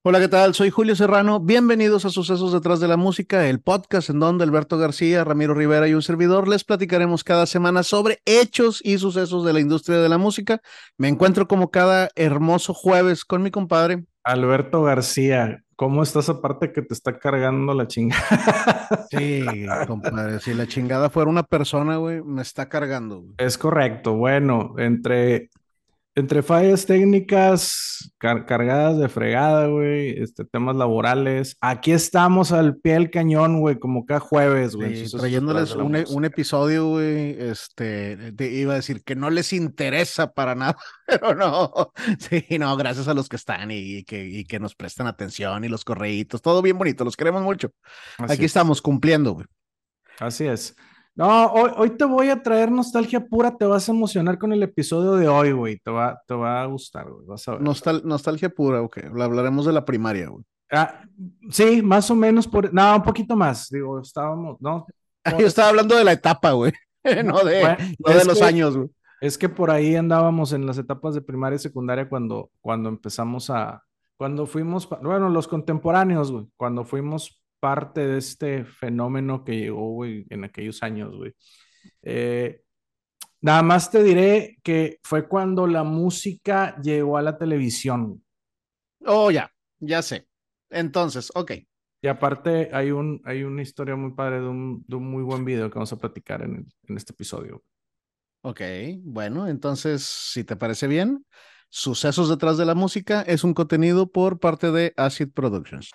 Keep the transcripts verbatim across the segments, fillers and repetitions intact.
Hola, ¿qué tal? Soy Julio Serrano. Bienvenidos a Sucesos Detrás de la Música, el podcast en donde Alberto García, Ramiro Rivera y un servidor les platicaremos cada semana sobre hechos y sucesos de la industria de la música. Me encuentro como cada hermoso jueves con mi compadre. Alberto García, ¿cómo estás aparte que te está cargando la chingada? Sí, compadre, si la chingada fuera una persona, güey, me está cargando, güey. Es correcto. Bueno, entre Entre fallas técnicas, car- cargadas de fregada, güey, este, temas laborales. Aquí estamos al pie del cañón, güey, como cada jueves, güey, en Sí, Sucesos Detrás trayéndoles de la un, e- un Música. episodio, güey, este, te iba a decir que no les interesa para nada, pero no, sí, no, gracias a los que están y, y que, y que nos prestan atención y los correitos, todo bien bonito, los queremos mucho. Así Aquí es, estamos cumpliendo, güey. así es. No, hoy, hoy te voy a traer nostalgia pura, te vas a emocionar con el episodio de hoy, güey, te va, te va a gustar, güey, vas a ver. Nostal- nostalgia pura, ok, hablaremos de la primaria, güey. Ah, sí, más o menos por, no, un poquito más, digo, estábamos, ¿no? Yo Por estaba eso. hablando de la etapa, güey, No, no de, bueno, no de es los que años, güey. Es que por ahí andábamos en las etapas de primaria y secundaria cuando, cuando empezamos a, cuando fuimos, pa- bueno, los contemporáneos, güey, cuando fuimos parte de este fenómeno que llegó, güey, en aquellos años, güey. Eh, Nada más te diré que fue cuando la música llegó a la televisión. Oh, ya, ya sé. Entonces, ok. Y aparte hay un, hay una historia muy padre de un, de un muy buen video que vamos a platicar en, el- en este episodio. Ok, bueno, entonces, si te parece bien, Sucesos detrás de la música es un contenido por parte de Acid Productions.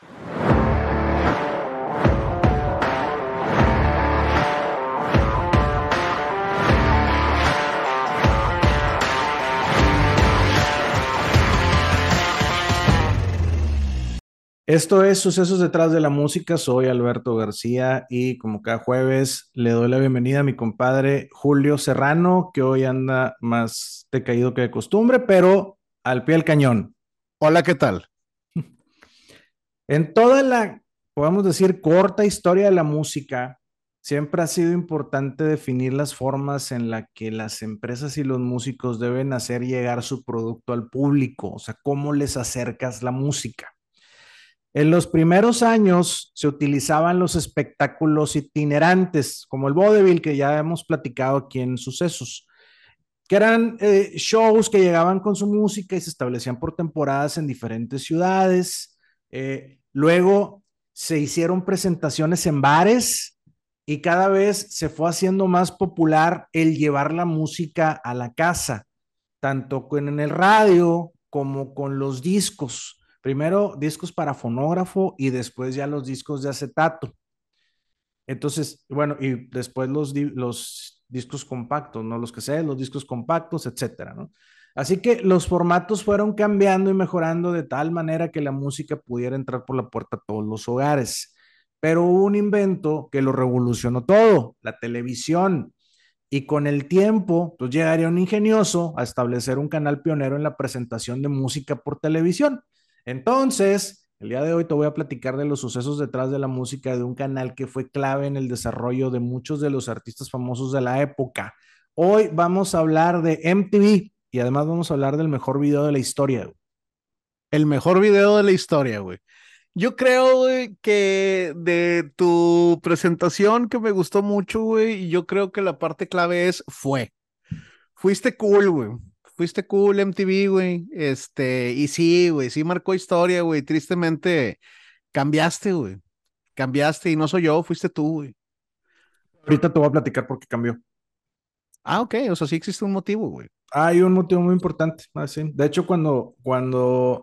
Esto es Sucesos detrás de la música. Soy Alberto García y como cada jueves le doy la bienvenida a mi compadre Julio Serrano, que hoy anda más decaído que de costumbre, pero al pie del cañón. Hola, ¿qué tal? En toda la, podemos decir, corta historia de la música, siempre ha sido importante definir las formas en las que las empresas y los músicos deben hacer llegar su producto al público, o sea, cómo les acercas la música. En los primeros años se utilizaban los espectáculos itinerantes, como el vodevil que ya hemos platicado aquí en Sucesos, que eran eh, shows que llegaban con su música y se establecían por temporadas en diferentes ciudades. Eh, luego se hicieron presentaciones en bares y cada vez se fue haciendo más popular el llevar la música a la casa, tanto con en el radio como con los discos. Primero discos para fonógrafo y después ya los discos de acetato. Entonces, bueno, y después los, di- los discos compactos, ¿no? Los que sean, los discos compactos, etcétera, ¿no? Así que los formatos fueron cambiando y mejorando de tal manera que la música pudiera entrar por la puerta a todos los hogares. Pero hubo un invento que lo revolucionó todo, la televisión. Y con el tiempo, pues llegaría un ingenioso a establecer un canal pionero en la presentación de música por televisión. Entonces, el día de hoy te voy a platicar de los sucesos detrás de la música de un canal que fue clave en el desarrollo de muchos de los artistas famosos de la época. Hoy vamos a hablar de M T V y además vamos a hablar del mejor video de la historia. El mejor video de la historia, güey. Yo creo, güey, que de tu presentación que me gustó mucho, güey, y yo creo que la parte clave es fue. Fuiste cool, güey. Fuiste cool, M T V, güey. Este, y sí, güey, sí marcó historia, güey. Tristemente cambiaste, güey. Cambiaste y no soy yo, fuiste tú, güey. Ahorita te voy a platicar por qué cambió. Ah, ok, o sea, sí existe un motivo, güey. Hay un motivo muy importante. Así. De hecho, cuando, cuando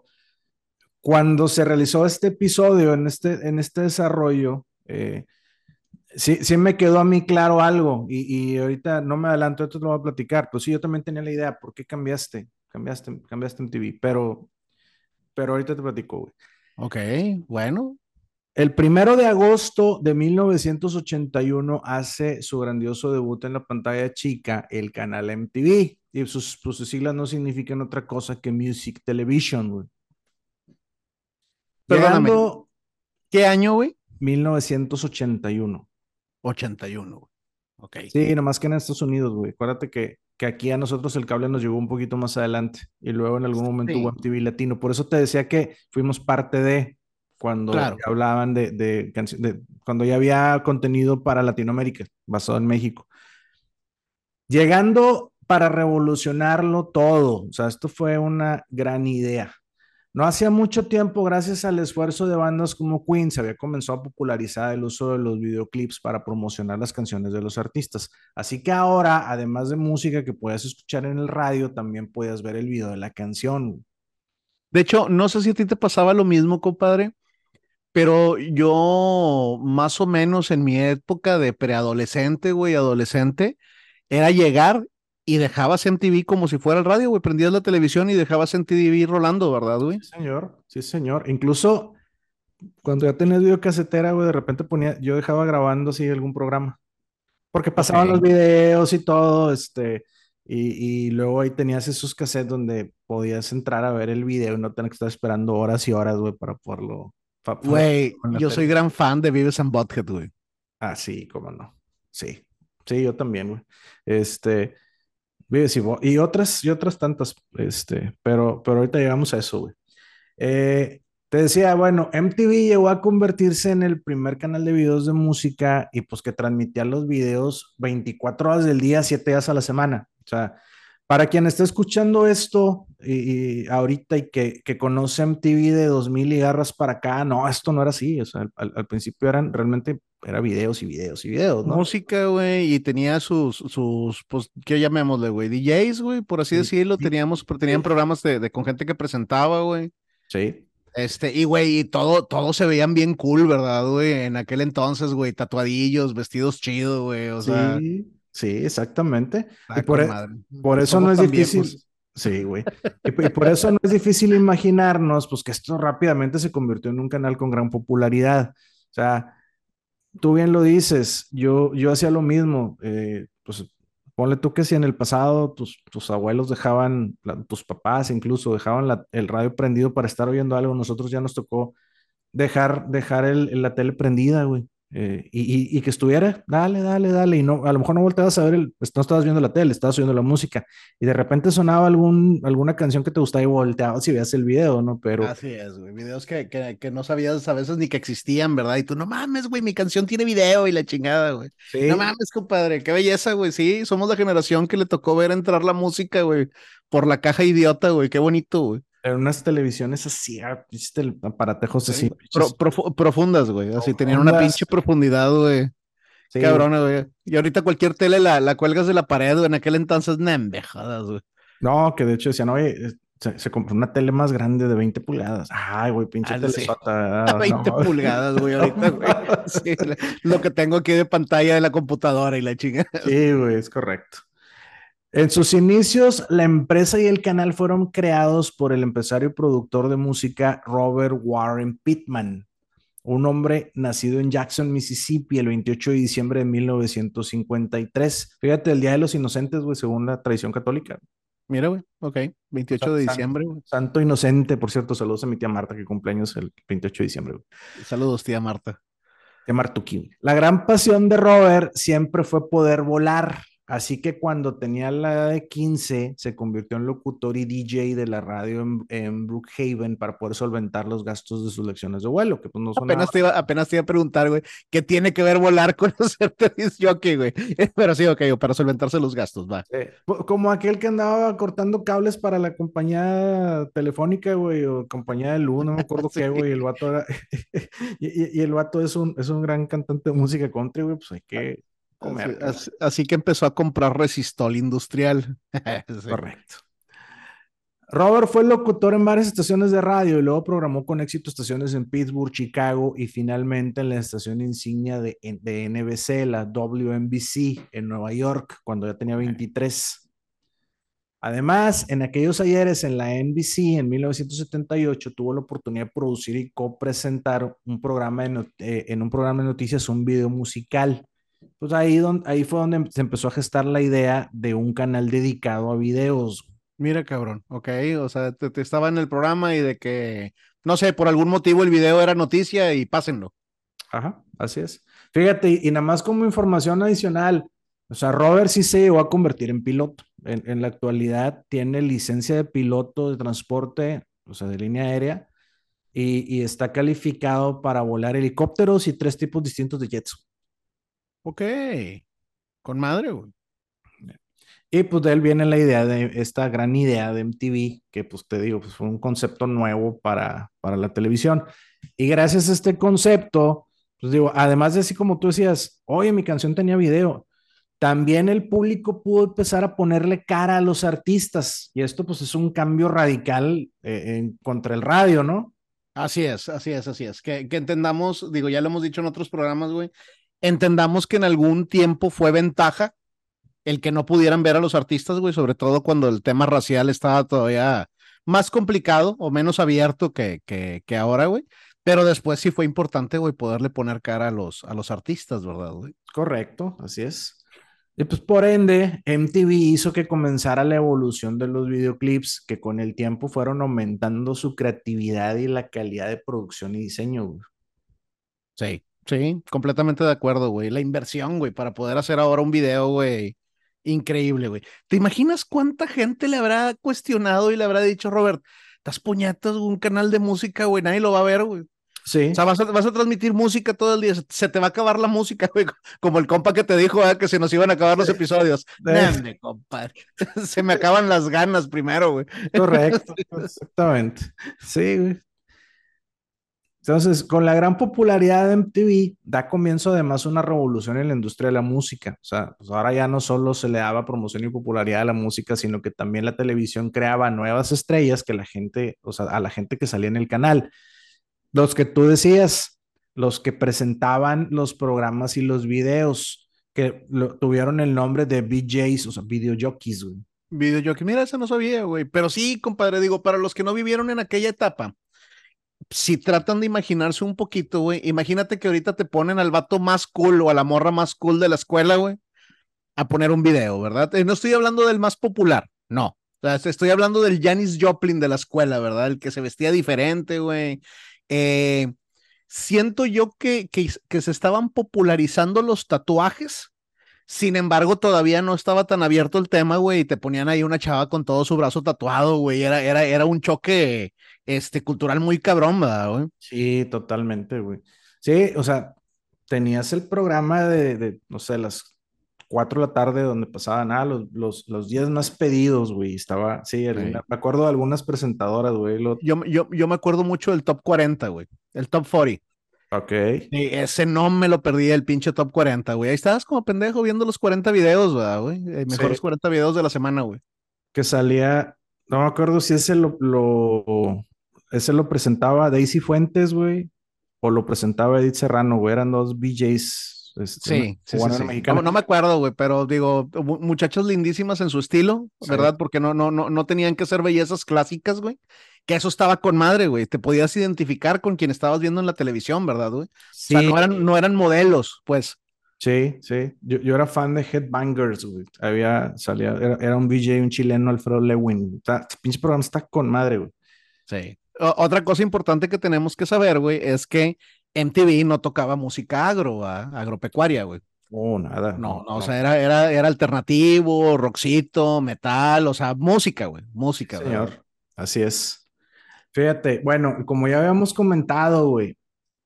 cuando se realizó este episodio, en este, en este desarrollo, eh, sí, sí me quedó a mí claro algo y, y ahorita no me adelanto, esto te lo voy a platicar. Pues sí, yo también tenía la idea, ¿por qué cambiaste? Cambiaste, cambiaste en T V, pero, pero ahorita te platico, güey. Ok, bueno. El primero de agosto de mil novecientos ochenta y uno hace su grandioso debut en la pantalla chica el canal M T V y sus, pues, sus siglas no significan otra cosa que Music Television, güey. Perdóname, Llegando ¿qué año, güey? mil novecientos ochenta y uno. Ochenta y uno, güey. Ok. Sí, nomás que en Estados Unidos, güey. Acuérdate que que aquí a nosotros el cable nos llegó un poquito más adelante y luego en algún momento hubo Sí, M T V Latino. Por eso te decía que fuimos parte de cuando claro. ya hablaban de, de, canci- de- cuando ya había contenido para Latinoamérica, basado en México. Llegando para revolucionarlo todo. O sea, esto fue una gran idea. No hacía mucho tiempo, gracias al esfuerzo de bandas como Queen, se había comenzado a popularizar el uso de los videoclips para promocionar las canciones de los artistas. Así que ahora, además de música que puedas escuchar en el radio, también puedes ver el video de la canción. De hecho, no sé si a ti te pasaba lo mismo, compadre, pero yo más o menos en mi época de preadolescente, güey, adolescente, era llegar y dejabas M T V como si fuera el radio, güey, prendías la televisión y dejabas M T V rolando, ¿verdad, güey? Sí, señor, sí, señor. Incluso cuando ya tenías videocasetera, güey, de repente ponía, yo dejaba grabando así algún programa. Porque Ok. pasaban los videos y todo, este, y, y luego ahí tenías esos cassettes donde podías entrar a ver el video y no tener que estar esperando horas y horas, güey, para poderlo, pa- para verlo Güey, en la yo soy tele. gran fan de Beavis and Butthead, güey. Ah, sí, cómo no. Sí, sí, yo también, güey. Este, Vives y, Bo- y otras, y otras tantas, este, pero, pero ahorita llegamos a eso, güey. Eh, te decía, bueno, M T V llegó a convertirse en el primer canal de videos de música y pues que transmitía los videos veinticuatro horas del día, siete días a la semana. O sea, para quien esté escuchando esto y, y ahorita y que, que conoce M T V de dos mil y garras para acá, no, esto no era así. O sea, al, al- al principio eran realmente, era videos y videos y videos, ¿no? Música, güey, y tenía sus, sus, pues, ¿qué llamémosle, güey? D Js, güey, por así Sí, decirlo. sí, Teníamos, pero tenían sí. programas de, de con gente que presentaba, güey. Sí. Este, y güey, y todo, todos se veían bien cool, ¿verdad, güey? En aquel entonces, güey, tatuadillos, vestidos chidos, güey, o sea, Sí, sí, exactamente. Y está por, con e- madre. por eso no Somos es tan difícil, viejos. sí, güey. Y, p- y por eso no es difícil imaginarnos, pues que esto rápidamente se convirtió en un canal con gran popularidad. O sea, tú bien lo dices, yo, yo hacía lo mismo. Eh, pues ponle tú que si en el pasado tus, tus abuelos dejaban, la- tus papás incluso dejaban la- el radio prendido para estar oyendo algo, nosotros ya nos tocó dejar, dejar el, la tele prendida, güey. Eh, y, y, y que estuviera, dale, dale, dale, y no, a lo mejor no volteabas a ver, el, pues, no estabas viendo la tele, estabas oyendo la música, y de repente sonaba algún, alguna canción que te gustaba y volteabas y veías el video, ¿no? Pero Así es, güey. Videos que, que, que no sabías a veces ni que existían, ¿verdad? Y tú, no mames, güey, mi canción tiene video y la chingada, güey. No sí, mames, compadre, qué belleza, güey. Sí, somos la generación que le tocó ver entrar la música, güey, por la caja idiota, güey. Qué bonito, güey. eran unas televisiones así, ah, pinches tele- aparatejos Sí, así, pro- pinches profu- profundas, güey. Así tenían una ondas, pinche profundidad, güey. sí, güey. Cabrona, güey. Y ahorita cualquier tele la, la cuelgas de la pared, güey. En aquel entonces, nah, embejadas, güey. No, que de hecho decían, oye, es- se, se compró una tele más grande de veinte pulgadas. Ay, güey, pinche Ah, sí. telesota. Ah, no, veinte mames. pulgadas, güey, No ahorita, güey. mames. Sí, la- lo que tengo aquí de pantalla de la computadora y la chingada. Sí, güey, es correcto. En sus inicios, la empresa y el canal fueron creados por el empresario y productor de música Robert Warren Pittman, un hombre nacido en Jackson, Mississippi, el veintiocho de diciembre de mil novecientos cincuenta y tres. Fíjate, el Día de los Inocentes, güey, según la tradición católica. Mira, güey, ok, O sea, veintiocho de san- diciembre, güey. santo inocente, por cierto, saludos a mi tía Marta, que cumpleaños el veintiocho de diciembre, güey. Saludos, tía Marta. De Martuki. La gran pasión de Robert siempre fue poder volar, así que cuando tenía la edad de quince se convirtió en locutor y D J de la radio en, en Brookhaven para poder solventar los gastos de sus lecciones de vuelo, que pues no son nada. Apenas te iba, apenas te iba a preguntar, güey, ¿qué tiene que ver volar con hacerte disc jockey, güey? Pero sí, ok, para solventarse los gastos, va. Eh, como aquel que andaba cortando cables para la compañía telefónica, güey, o compañía de luz, no me acuerdo Sí. qué, güey, el vato era... y, y- y el vato es un, es un gran cantante de música country, güey, pues hay que Así, comer, cabrón. así- así que empezó a comprar resistol industrial. Sí. Correcto. Robert fue locutor en varias estaciones de radio y luego programó con éxito estaciones en Pittsburgh, Chicago y finalmente en la estación insignia de, de N B C, la W N B C, en Nueva York, cuando ya tenía veintitrés. Además, en aquellos ayeres en la N B C en mil novecientos setenta y ocho tuvo la oportunidad de producir y copresentar un programa de not- eh, en un programa de noticias un video musical. Pues ahí, don- ahí fue donde se empezó a gestar la idea de un canal dedicado a videos. Mira, cabrón, ok, o sea, te, te estaba en el programa y de que, no sé, por algún motivo el video era noticia y pásenlo. Ajá, así es. Fíjate, y, y nada más como información adicional, o sea, Robert sí se llegó a convertir en piloto. en, en la actualidad tiene licencia de piloto de transporte, o sea, de línea aérea, y, y está calificado para volar helicópteros y tres tipos distintos de jets. Ok, con madre, güey. Y pues de él viene la idea de esta gran idea de M T V, que pues te digo, pues fue un concepto nuevo para, para la televisión. Y gracias a este concepto, pues digo, además de así como tú decías, oye, mi canción tenía video, también el público pudo empezar a ponerle cara a los artistas. Y esto pues es un cambio radical eh, en, contra el radio, ¿no? Así es, así es, así es. Que, que entendamos, digo, ya lo hemos dicho en otros programas, güey, entendamos que en algún tiempo fue ventaja el que no pudieran ver a los artistas, güey, sobre todo cuando el tema racial estaba todavía más complicado o menos abierto que, que, que ahora, güey. Pero después sí fue importante, güey, poderle poner cara a los, a los artistas, ¿verdad, güey? Correcto, así es. Y pues por ende, M T V hizo que comenzara la evolución de los videoclips que con el tiempo fueron aumentando su creatividad y la calidad de producción y diseño, güey. Sí, sí, completamente de acuerdo, güey. La inversión, güey, para poder hacer ahora un video, güey, increíble, güey. ¿Te imaginas cuánta gente le habrá cuestionado y le habrá dicho, Robert, estás puñetas, un canal de música, güey, nadie lo va a ver, güey? O sea, Sí, vas a, vas a transmitir música todo el día, se, se te va a acabar la música, güey, como el compa que te dijo, ah, que se nos iban a acabar los episodios. es Nande, compadre, se me acaban las ganas primero, güey. correcto, exactamente. Sí, güey. Entonces, con la gran popularidad de M T V, da comienzo además una revolución en la industria de la música. O sea, pues ahora ya no solo se le daba promoción y popularidad a la música, sino que también la televisión creaba nuevas estrellas que la gente, o sea, a la gente que salía en el canal. Los que tú decías, los que presentaban los programas y los videos, que lo- tuvieron el nombre de V Js, o sea, video jockeys, güey. Video yo que mira, eso no sabía, güey. Pero sí, compadre, digo, para los que no vivieron en aquella etapa, si tratan de imaginarse un poquito, güey, imagínate que ahorita te ponen al vato más cool o a la morra más cool de la escuela, güey, a poner un video, ¿verdad? Eh, no estoy hablando del más popular, no. O sea, estoy hablando del Janis Joplin de la escuela, ¿verdad? El que se vestía diferente, güey. Eh, siento yo que, que, que se estaban popularizando los tatuajes. Sin embargo, todavía no estaba tan abierto el tema, güey, y te ponían ahí una chava con todo su brazo tatuado, güey. Era, era, era un choque, este, cultural muy cabrón, ¿verdad, güey? Sí, totalmente, güey. Sí, o sea, tenías el programa de, de, no sé, las cuatro de la tarde donde pasaban, ah, los, los, los días más pedidos, güey. Estaba, sí, el- me Sí. acuerdo de algunas presentadoras, güey. Lo, Yo, yo, yo me acuerdo mucho del top cuarenta, güey. El top cuarenta. ok. Sí, ese no me lo perdí, el pinche top cuarenta, güey. Ahí estabas como pendejo viendo los cuarenta videos, ¿verdad, güey? Eh, Sí, mejores cuarenta videos de la semana, güey. que salía, no me acuerdo si ese lo, lo, ese lo presentaba Daisy Fuentes, güey, o lo presentaba Edith Serrano, güey, eran dos V Js, este, una Sí, sí, sí, cubana y una sí. No, no me mexicana. acuerdo, güey, pero digo, mu- muchachas lindísimas en su estilo, Sí, ¿verdad? Porque no, no, no, no tenían que ser bellezas clásicas, güey. Que eso estaba con madre, güey. Te podías identificar con quien estabas viendo en la televisión, ¿verdad, güey? O sea, sí, no eran, no eran modelos, pues. sí, sí. Yo, yo era fan de Headbangers, güey. Había, salía, era, era un V J, un chileno, Alfredo Lewin. Está, este pinche programa está con madre, güey. Sí. O- otra cosa importante que tenemos que saber, güey, es que M T V no tocaba música agro, ¿va? Agropecuaria, güey. Oh, nada, No, no, no, o no. sea, era, era, era alternativo, rockcito, metal, o sea, música, güey, Sí, música, ¿verdad? señor. Así es. Fíjate, bueno, como ya habíamos comentado, güey,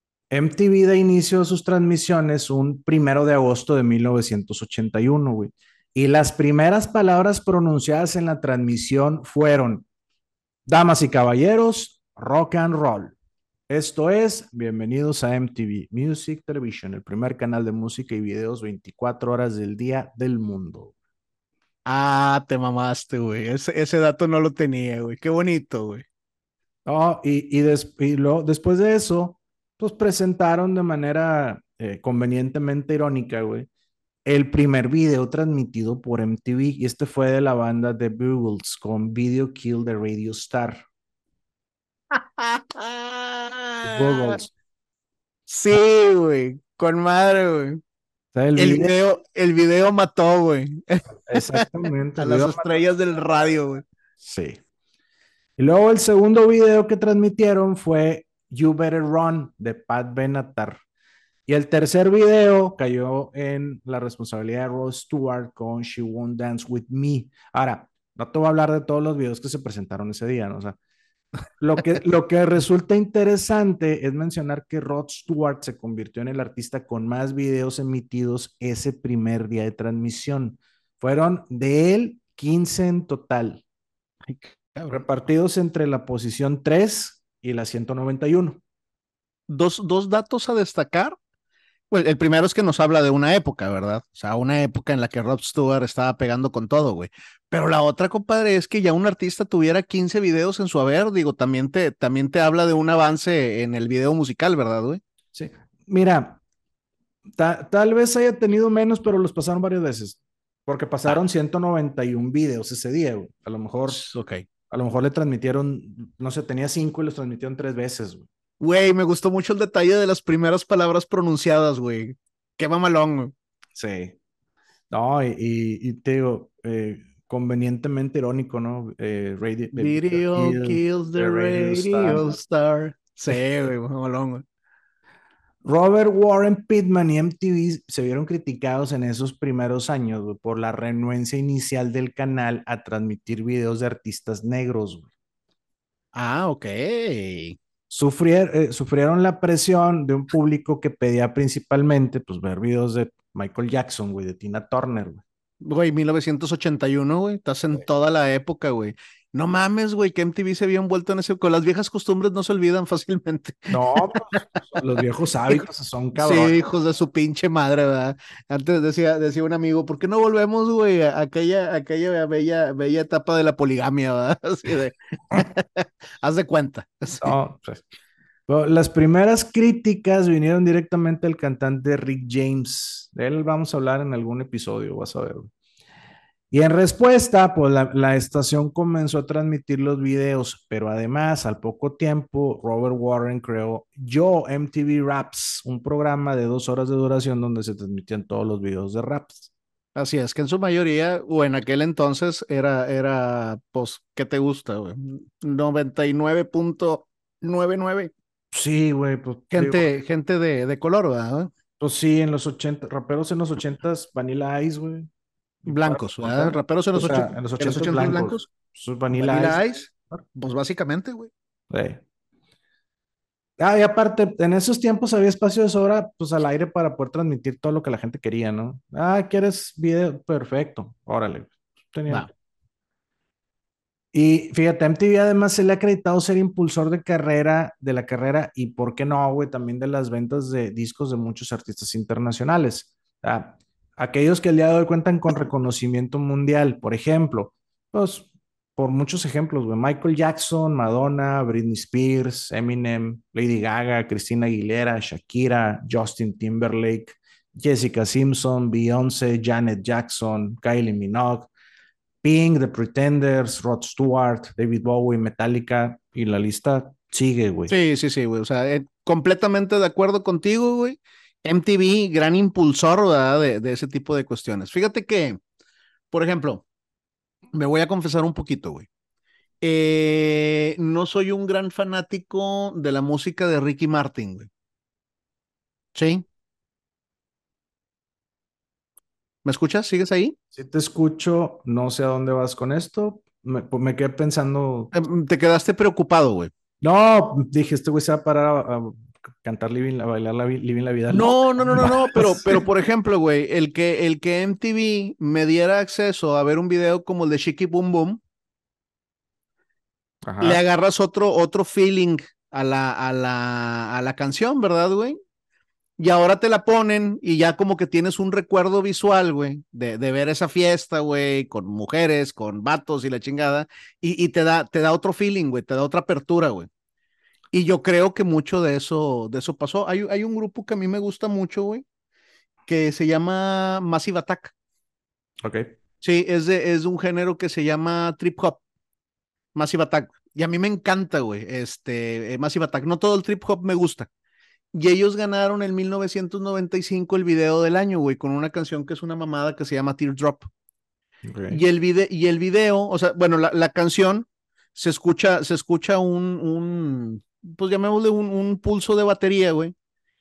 M T V da inicio a sus transmisiones un primero de agosto de mil novecientos ochenta y uno, güey. Y las primeras palabras pronunciadas en la transmisión fueron, damas y caballeros, rock and roll. Esto es, bienvenidos a M T V, Music Television, el primer canal de música y videos veinticuatro horas del día del mundo. Ah, te mamaste, güey. Ese, ese dato no lo tenía, güey. Qué bonito, güey. Oh, y, y, des- y luego, después de eso, pues presentaron de manera eh, convenientemente irónica, güey, el primer video transmitido por M T V y este fue de la banda The Bugles con Video Kill the Radio Star. The Bugles. Sí, güey. Con madre, güey. O sea, el El video, video, el video mató, güey. exactamente, A el las video. estrellas del radio, güey. Sí. Y luego el segundo video que transmitieron fue You Better Run de Pat Benatar. Y el tercer video cayó en la responsabilidad de Rod Stewart con She Won't Dance With Me. Ahora, no te voy a hablar de todos los videos que se presentaron ese día, ¿no? O sea, lo que, lo que resulta interesante es mencionar que Rod Stewart se convirtió en el artista con más videos emitidos ese primer día de transmisión. Fueron de él quince en total, Ay, cabrón. repartidos entre la posición tres y la ciento noventa y uno. Dos, dos datos a destacar. Pues el primero es que nos habla de una época, ¿verdad? O sea, una época en la que Rod Stewart estaba pegando con todo, güey. Pero la otra, compadre, es que ya un artista tuviera quince videos en su haber, digo, también te, también te habla de un avance en el video musical, ¿verdad, güey? Sí. Mira, ta- tal vez haya tenido menos, pero los pasaron varias veces, porque Ah, pasaron ciento noventa y uno videos ese día, güey. A lo mejor, ok. a lo mejor le transmitieron, no sé, tenía cinco y los transmitieron tres veces, güey. Güey, me gustó mucho el detalle de las primeras palabras pronunciadas, güey. Qué mamalón, güey. Sí. No, y, y- y te digo, eh, convenientemente irónico, ¿no? Eh, radio, the video Video kill kills the the radio star. radio star. Sí, güey, mamalón, güey. Robert Warren Pittman y M T V se vieron criticados en esos primeros años, güey, por la renuencia inicial del canal a transmitir videos de artistas negros, güey. Ah, ok. Sufrier- eh, sufrieron la presión de un público que pedía principalmente, pues, ver videos de Michael Jackson, güey, de Tina Turner, güey. Güey, mil novecientos ochenta y uno, güey. Estás en toda la época, güey. No mames, güey, que M T V se había envuelto en ese. Con las viejas costumbres no se olvidan fácilmente. No, pues, los viejos hábitos son Sí, cabrones. hijos de su pinche madre, ¿verdad? Antes decía, decía un amigo, ¿por qué no volvemos, güey, a aquella, aquella bella, bella etapa de la poligamia, ¿verdad? Así de, haz de cuenta. Sí. No, pues, pero las primeras críticas vinieron directamente del cantante Rick James. De él vamos a hablar en algún episodio, vas a ver, güey. Y en respuesta, pues la, la estación comenzó a transmitir los videos, pero además, al poco tiempo, Robert Warren creó Yo M T V Raps, un programa de dos horas de duración donde se transmitían todos los videos de raps. Así es, que en su mayoría, o en aquel entonces, era, era, pues, ¿qué te gusta, güey? noventa y nueve punto noventa y nueve. Sí, güey, pues digo, Gente, gente de, de color, ¿verdad? pues sí, en los ochenta, raperos en los ochentas, Vanilla Ice, güey. Blancos, ¿verdad? ¿Contar? Raperos en O los, sea, ocho- en los en los ochentas ochentas blancos. blancos, Sus Vanilla Ice. Vanilla Ice, pues básicamente, güey. Sí. Ah, y aparte, en esos tiempos había espacio de sobra, pues al aire para poder transmitir todo lo que la gente quería, ¿no? Ah, ¿quieres video? Perfecto, órale. Tenían. Va. Y fíjate, M T V además se le ha acreditado ser impulsor de carrera, de la carrera y, ¿por qué no, güey? También de las ventas de discos de muchos artistas internacionales. Ah, aquellos que el día de hoy cuentan con reconocimiento mundial, por ejemplo, pues, por muchos ejemplos, güey, Michael Jackson, Madonna, Britney Spears, Eminem, Lady Gaga, Christina Aguilera, Shakira, Justin Timberlake, Jessica Simpson, Beyoncé, Janet Jackson, Kylie Minogue, Pink, The Pretenders, Rod Stewart, David Bowie, Metallica, y la lista sigue, güey. Sí, sí, sí, güey. O sea, eh, completamente de acuerdo contigo, güey. M T V, gran impulsor, ¿verdad? De, de ese tipo de cuestiones. Fíjate que, por ejemplo, me voy a confesar un poquito, güey. Eh, no soy un gran fanático de la música de Ricky Martin, güey. ¿Sí? ¿Me escuchas? ¿Sigues ahí? Si te escucho, no sé a dónde vas con esto. Me, pues me quedé pensando, Eh, Te quedaste preocupado, güey. no, dije, este güey se va a parar a, a cantar Living, a bailar la, vi- Living la vida loca. No, no, no, no, no, pero, pero por ejemplo, güey, el que, el que M T V me diera acceso a ver un video como el de Shiki Boom Boom, le Ajá. agarras otro, otro feeling a la, a la, a la canción, ¿verdad, güey? Y ahora te la ponen y ya como que tienes un recuerdo visual, güey, de, de ver esa fiesta, güey, con mujeres, con vatos y la chingada, y, y te da, te da otro feeling, güey, te da otra apertura, güey. Y yo creo que mucho de eso, de eso pasó. Hay, hay un grupo que a mí me gusta mucho, güey, que se llama Massive Attack. Ok. Sí, es de, es de un género que se llama trip hop, Massive Attack. Y a mí me encanta, güey, este, eh, Massive Attack. No todo el trip hop me gusta. Y ellos ganaron en mil novecientos noventa y cinco el video del año, güey, con una canción que es una mamada que se llama Teardrop. Ok. Y el, vide y el video, o sea, bueno, la, la canción se escucha, se escucha un, un pues llamémosle un, un pulso de batería, güey.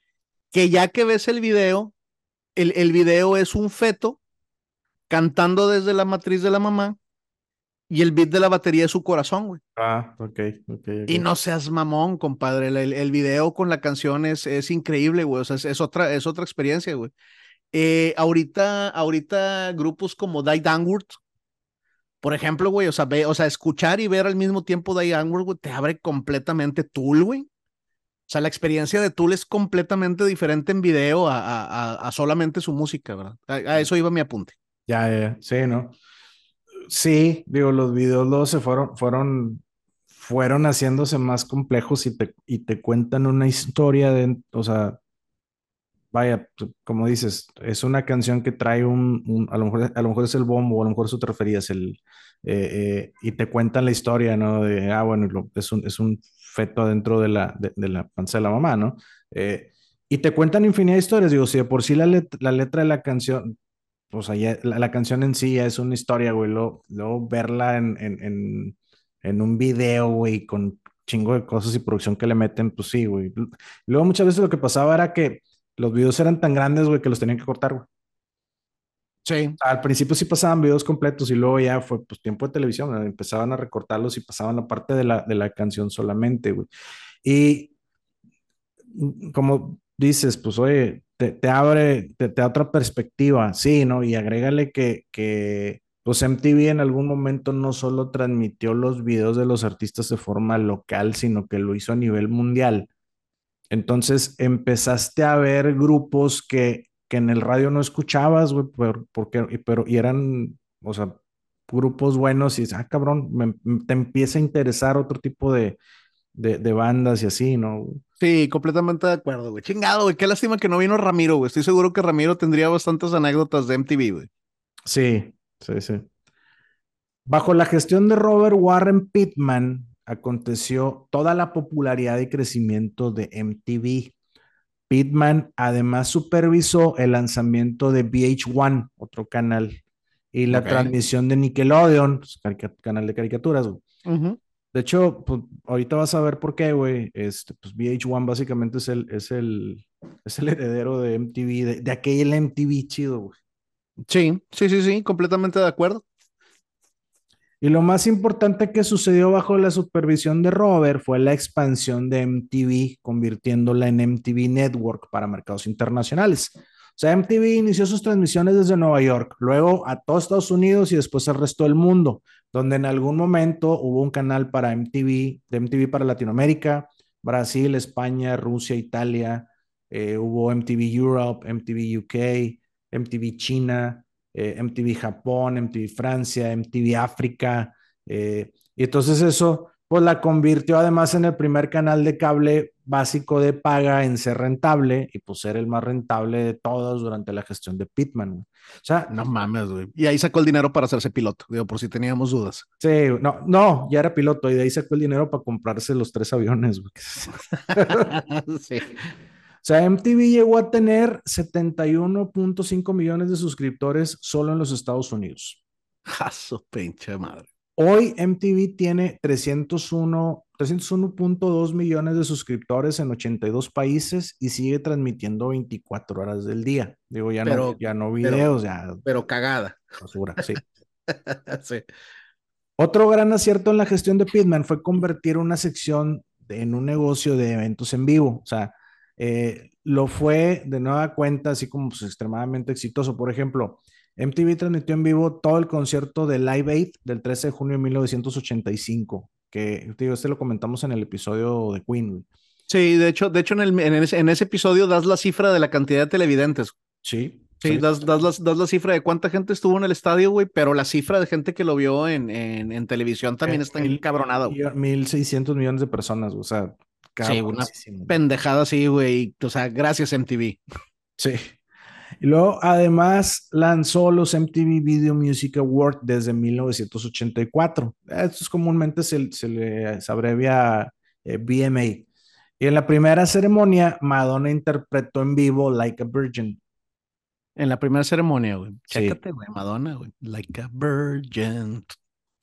que ya que ves el video, el, el video es un feto cantando desde la matriz de la mamá y el beat de la batería es su corazón, güey. Ah, ok, ok, Y ok. no seas mamón, compadre. El, el- el video con la canción es, es increíble, güey. O sea, es, es otra, es otra experiencia, güey. Eh, ahorita, ahorita grupos como Die Downward, por ejemplo, güey, o sea, ve, o sea, escuchar y ver al mismo tiempo Die Downward, güey, te abre completamente Tool, güey. O sea, la experiencia de Tool es completamente diferente en video a, a, a, a solamente su música, ¿verdad? A, a eso iba mi apunte. Ya, ya, ya. Sí, ¿no? Sí, digo, los videos luego se fueron, fueron, fueron haciéndose más complejos y te, y te cuentan una historia de, o sea, vaya, tú- como dices, es una canción que trae un, un- a lo mejor, a lo mejor es el bombo, a lo mejor eso te referías, el, eh, eh, y te cuentan la historia, ¿no? De, ah, bueno, lo- es un, es un feto dentro de la, de, de la panza de la mamá, ¿no? Eh, y te cuentan infinidad de historias, digo, si de por sí la, let- la letra de la canción, o sea, ya la, la canción en sí ya es una historia, güey, luego, luego verla en, en, en, en un video, güey, con chingo de cosas y producción que le meten, pues sí, güey. Luego muchas veces lo que pasaba era que los videos eran tan grandes, güey, que los tenían que cortar, güey. Sí, Al principio sí pasaban videos completos y luego ya fue pues tiempo de televisión, ¿no? Empezaban a recortarlos y pasaban la parte de la, de la canción solamente, güey. Y mm, como dices, pues oye, te, te abre, te, te da otra perspectiva, sí, ¿no? Y agrégale que, que pues M T V en algún momento no solo transmitió los videos de los artistas de forma local, sino que lo hizo a nivel mundial. Entonces empezaste a ver grupos que, que en el radio no escuchabas, güey, por- porque, y- pero, y eran, o sea, grupos buenos y dices, ah, cabrón, me- me- te empieza a interesar otro tipo de, de, de bandas y así, ¿no? sí, completamente de acuerdo, güey. Chingado, güey. Qué lástima que no vino Ramiro, güey. Estoy seguro que Ramiro tendría bastantes anécdotas de M T V, güey. Sí, sí, sí. Bajo la gestión de Robert Warren Pittman, aconteció toda la popularidad y crecimiento de M T V. Pittman además supervisó el lanzamiento de V H uno, otro canal, y la Ok. transmisión de Nickelodeon, pues, carica- canal de caricaturas, güey. Ujú. De hecho, pues, ahorita vas a ver por qué, güey. Este, pues V H uno básicamente es el, es el, es el heredero de M T V, de, de aquel M T V chido, güey. Sí, sí, sí, sí, completamente de acuerdo. Y lo más importante que sucedió bajo la supervisión de Robert fue la expansión de M T V, convirtiéndola en M T V Network para mercados internacionales. O sea, M T V inició sus transmisiones desde Nueva York, luego a todos Estados Unidos y después al resto del mundo, donde en algún momento hubo un canal para M T V, de M T V para Latinoamérica, Brasil, España, Rusia, Italia, eh, hubo M T V Europe, M T V U K, M T V China, eh, M T V Japón, M T V Francia, M T V África, eh, y entonces eso pues la convirtió además en el primer canal de cable básico de paga en ser rentable y pues ser el más rentable de todos durante la gestión de Pittman. O sea, No mames, güey. Y ahí sacó el dinero para hacerse piloto, digo, por si teníamos dudas. sí, no, no, ya era piloto y de ahí sacó el dinero para comprarse los tres aviones. Güey. Sí. O sea, M T V llegó a tener setenta y uno punto cinco millones de suscriptores solo en los Estados Unidos. Jaso, pinche madre. Hoy M T V tiene trescientos uno, trescientos uno punto dos millones de suscriptores en ochenta y dos países y sigue transmitiendo veinticuatro horas del día. Digo, ya no, Pero, ya no pero, videos, ya pero cagada. basura, sí. Sí. Otro gran acierto en la gestión de Pitman fue convertir una sección de- en un negocio de eventos en vivo. O sea, eh, lo fue de nueva cuenta, así como pues, extremadamente exitoso. Por ejemplo, M T V transmitió en vivo todo el concierto de Live Aid del trece de junio de mil novecientos ochenta y cinco, que digo, este lo comentamos en el episodio de Queen. Güey. Sí, de hecho, de hecho en, el, en, ese, en ese episodio das la cifra de la cantidad de televidentes. Sí, Sí, sí. das, das, las- das la cifra de cuánta gente estuvo en el estadio, güey, pero la cifra de gente que lo vio en, en, en televisión también Eh, está mil, encabronada, güey. mil, mil seiscientos millones de personas, o sea, Sí, una cabroncísimo. pendejada así, güey. O sea, gracias M T V. Sí. Y luego, además, lanzó los M T V Video Music Awards desde mil novecientos ochenta y cuatro. Esto es comúnmente se, se le se abrevia eh, V M A. Y en la primera ceremonia, Madonna interpretó en vivo Like a Virgin. En la primera ceremonia, güey. Sí. Chécate, güey, Madonna, güey. Like a virgin.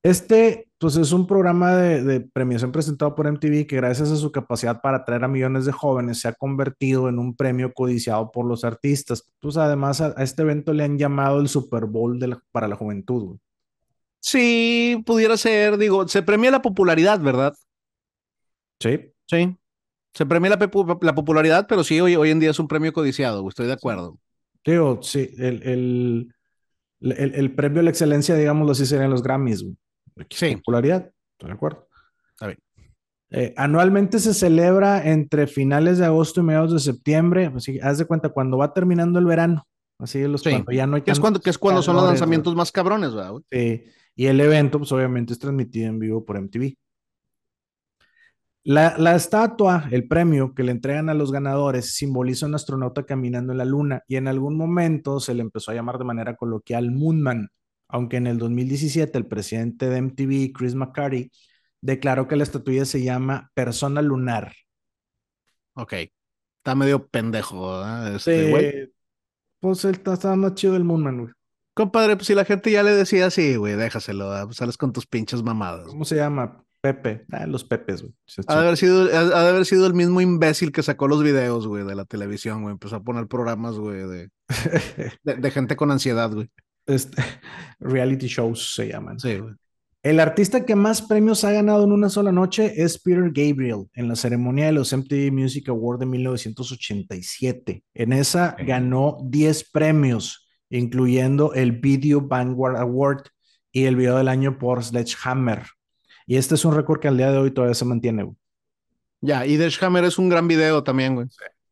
Este, pues es un programa de, de premiación presentado por M T V que gracias a su capacidad para atraer a millones de jóvenes se ha convertido en un premio codiciado por los artistas. Pues además a, a este evento le han llamado el Super Bowl de la- para la juventud, güey. Sí, pudiera ser, digo, se premia la popularidad, ¿verdad? Sí, Sí. Se premia la, pepu- la popularidad, pero sí, hoy, hoy en día es un premio codiciado, güey, estoy de sí. acuerdo. Digo, sí, el, el, el, el premio a la excelencia, digámoslo así, serían los Grammys, güey. Aquí es Sí, popularidad, estoy de acuerdo. está bien. Eh, anualmente se celebra entre finales de agosto y mediados de septiembre. Así, haz de cuenta, cuando va terminando el verano, así los, Sí. cuando ya no hay Que es cuando, que es tantos cuando son los calores, güey. lanzamientos más cabrones, ¿verdad, güey? Sí, y el evento, pues obviamente es transmitido en vivo por M T V. La, la estatua, el premio que le entregan a los ganadores, simboliza a un astronauta caminando en la luna y en algún momento se le empezó a llamar de manera coloquial Moonman, aunque en el dos mil diecisiete el presidente de M T V, Chris McCarthy, declaró que la estatuilla se llama Persona Lunar. Ok. Está medio pendejo, ¿verdad? Este, güey. Sí, pues él está, está más chido el Moonman, güey. Compadre, pues si la gente ya le decía así, güey, déjaselo, ¿verdad? Pues sales con tus pinches mamadas. ¿Cómo se llama? Pepe. Ah, los Pepes, güey. Se Ha de chinga. haber sido, ha ha de haber sido el mismo imbécil que sacó los videos, güey, de la televisión, güey. Empezó a poner programas, güey, de, de, de gente con ansiedad, güey. Este, reality shows se llaman. Sí, güey. El artista que más premios ha ganado en una sola noche es Peter Gabriel en la ceremonia de los M T V Music Awards de mil novecientos ochenta y siete. En esa Ok. ganó diez premios, incluyendo el Video Vanguard Award y el video del año por Sledgehammer. Y este es un récord que al día de hoy todavía se mantiene, güey. Ya, y Dash Hammer es un gran video también, güey.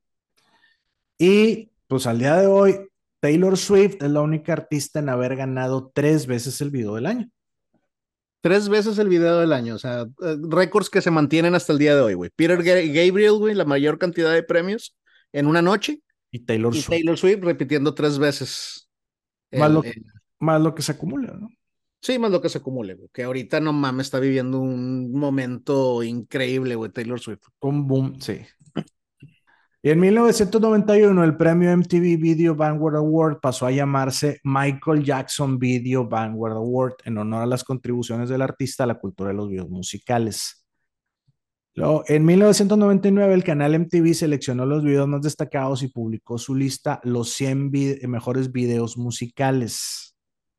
Y pues al día de hoy, Taylor Swift es la única artista en haber ganado tres veces el video del año. Tres veces el video del año, o sea, eh, récords que se mantienen hasta el día de hoy, güey. Peter Ga- Gabriel, güey, la mayor cantidad de premios en una noche, Y Taylor y Swift. Taylor Swift repitiendo tres veces Más el, lo, el- más lo que se acumula, ¿no? sí, más lo que se acumule, güey. Que ahorita no mames, está viviendo un momento increíble, güey, Taylor Swift. Con boom, sí. Y en mil novecientos noventa y uno el premio M T V Video Vanguard Award pasó a llamarse Michael Jackson Video Vanguard Award en honor a las contribuciones del artista a la cultura de los videos musicales. Luego, en mil novecientos noventa y nueve el canal M T V seleccionó los videos más destacados y publicó su lista Los cien vi- mejores videos musicales.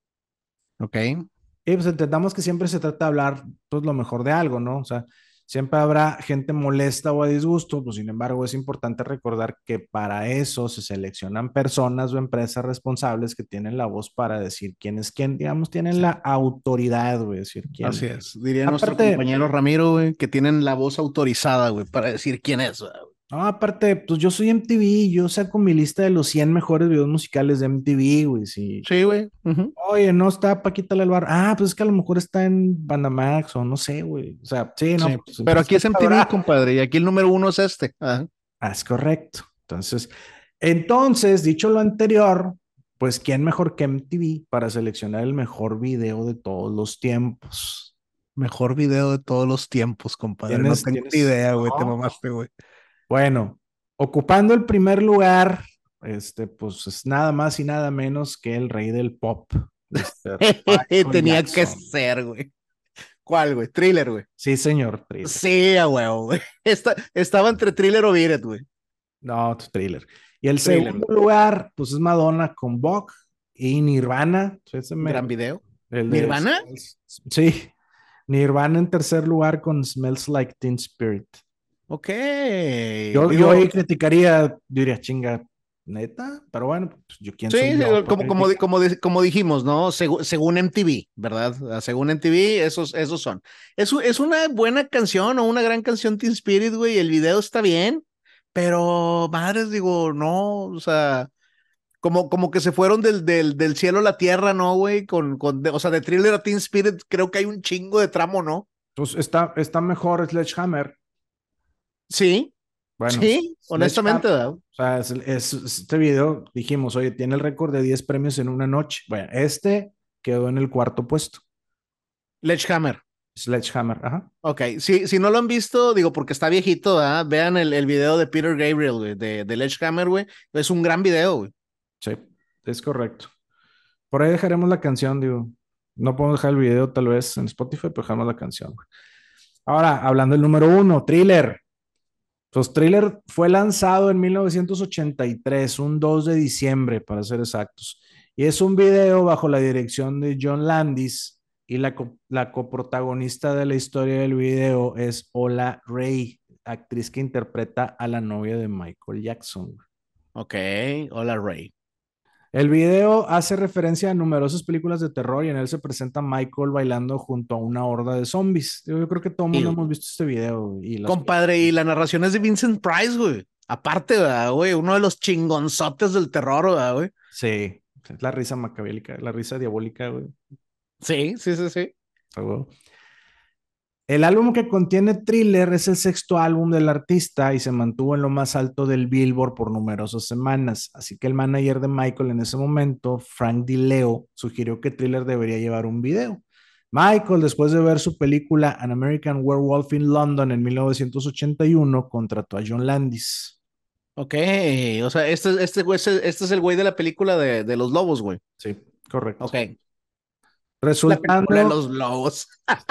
Ok. Y pues entendamos que siempre se trata de hablar pues lo mejor de algo, ¿no? O sea, siempre habrá gente molesta o a disgusto, pues sin embargo es importante recordar que para eso se seleccionan personas o empresas responsables que tienen la voz para decir quién es quién, digamos, tienen Sí, la autoridad, güey, decir así quién. es. Diría nuestro Aparte, compañero Ramiro, güey, que tienen la voz autorizada, güey, para decir quién es, güey. no, aparte, pues yo soy M T V, yo saco mi lista de los cien mejores videos musicales de M T V, güey, sí. Sí, güey. Ujú. Oye, no está Paquita la del Bar. Ah, pues es que a lo mejor está en Bandamax o no sé, güey. O sea, sí, no, Sí. pues Pero empieza aquí es a M T V, hablar. compadre, y aquí el número uno es este. Ajá. Ah, es correcto. Entonces, entonces, dicho lo anterior, pues, ¿quién mejor que M T V para seleccionar el mejor video de todos los tiempos? Mejor video de todos los tiempos, compadre. No Tienes, tengo ni tienes, idea, güey. Te no. mamaste, güey. Bueno, ocupando el primer lugar, este, pues es nada más y nada menos que el rey del pop, mister Michael Tenía que Jackson. ser, güey. ¿Cuál, güey? Thriller, güey. Sí, señor, thriller. Sí, a huevo, güey. Esta- estaba entre Thriller o Beat It, güey. No, tu thriller. Y el Thriller, segundo güey. lugar, pues es Madonna con Vogue y Nirvana. Ese me- Gran video. el de ¿Nirvana? Smells- sí, Nirvana en tercer lugar con Smells Like Teen Spirit. Ok. Yo, yo Digo, ahí criticaría, diría, chinga, neta, pero bueno, pues, yo quién sí, soy sí, yo para como, como, di- criticar. como, di- como dijimos, ¿no? Segu- según M T V, ¿verdad? Ah, según M T V, esos, esos son. Es, u- es una buena canción o una gran canción Teen Spirit, güey. El video está bien, pero madres, digo, no, o sea, como, como que se fueron del, del, del cielo a la tierra, ¿no, güey? Con, con, de- o sea, de Thriller a Teen Spirit, creo que hay un chingo de tramo, ¿no? Pues está, está mejor Sledgehammer. Sí, Bueno, sí, Sledgehammer, honestamente, ¿verdad? o sea, es, es- este video, dijimos, oye, tiene el récord de diez premios en una noche. Bueno, este quedó en el cuarto puesto. Sledgehammer. Sledgehammer, ajá. Ok, si, si no lo han visto, digo, porque está viejito, ¿verdad? Vean el, el video de Peter Gabriel, güey, de, de Sledgehammer, güey. Es un gran video, güey. Sí, es correcto. Por ahí dejaremos la canción, digo. No podemos dejar el video tal vez en Spotify, pero dejamos la canción, güey. Ahora, hablando del número uno, Thriller. Pues Thriller fue lanzado en mil novecientos ochenta y tres, un dos de diciembre, para ser exactos. Y es un video bajo la dirección de John Landis y la, co- la coprotagonista de la historia del video es Ola Ray, actriz que interpreta a la novia de Michael Jackson. Ok, hola Ray. El video hace referencia a numerosas películas de terror y en él se presenta Michael bailando junto a una horda de zombies. Yo, yo creo que todo el mundo Y, hemos visto este video y las compadre, y la narración es de Vincent Price, güey. Aparte, ¿verdad, güey? Uno de los chingonzotes del terror, ¿verdad, güey? Sí, es la risa macabélica, la risa diabólica, güey. Sí, sí, sí, sí. A huevo. El álbum que contiene Thriller es el sexto álbum del artista y se mantuvo en lo más alto del Billboard por numerosas semanas. Así que el manager de Michael en ese momento, Frank DiLeo, sugirió que Thriller debería llevar un video. Michael, después de ver su película An American Werewolf in London en mil novecientos ochenta y uno, contrató a John Landis. Ok, o sea, este, este, güey, este, este es el güey de la película de, de los lobos, güey. Sí, correcto. Ok, la película de Resultando, los lobos.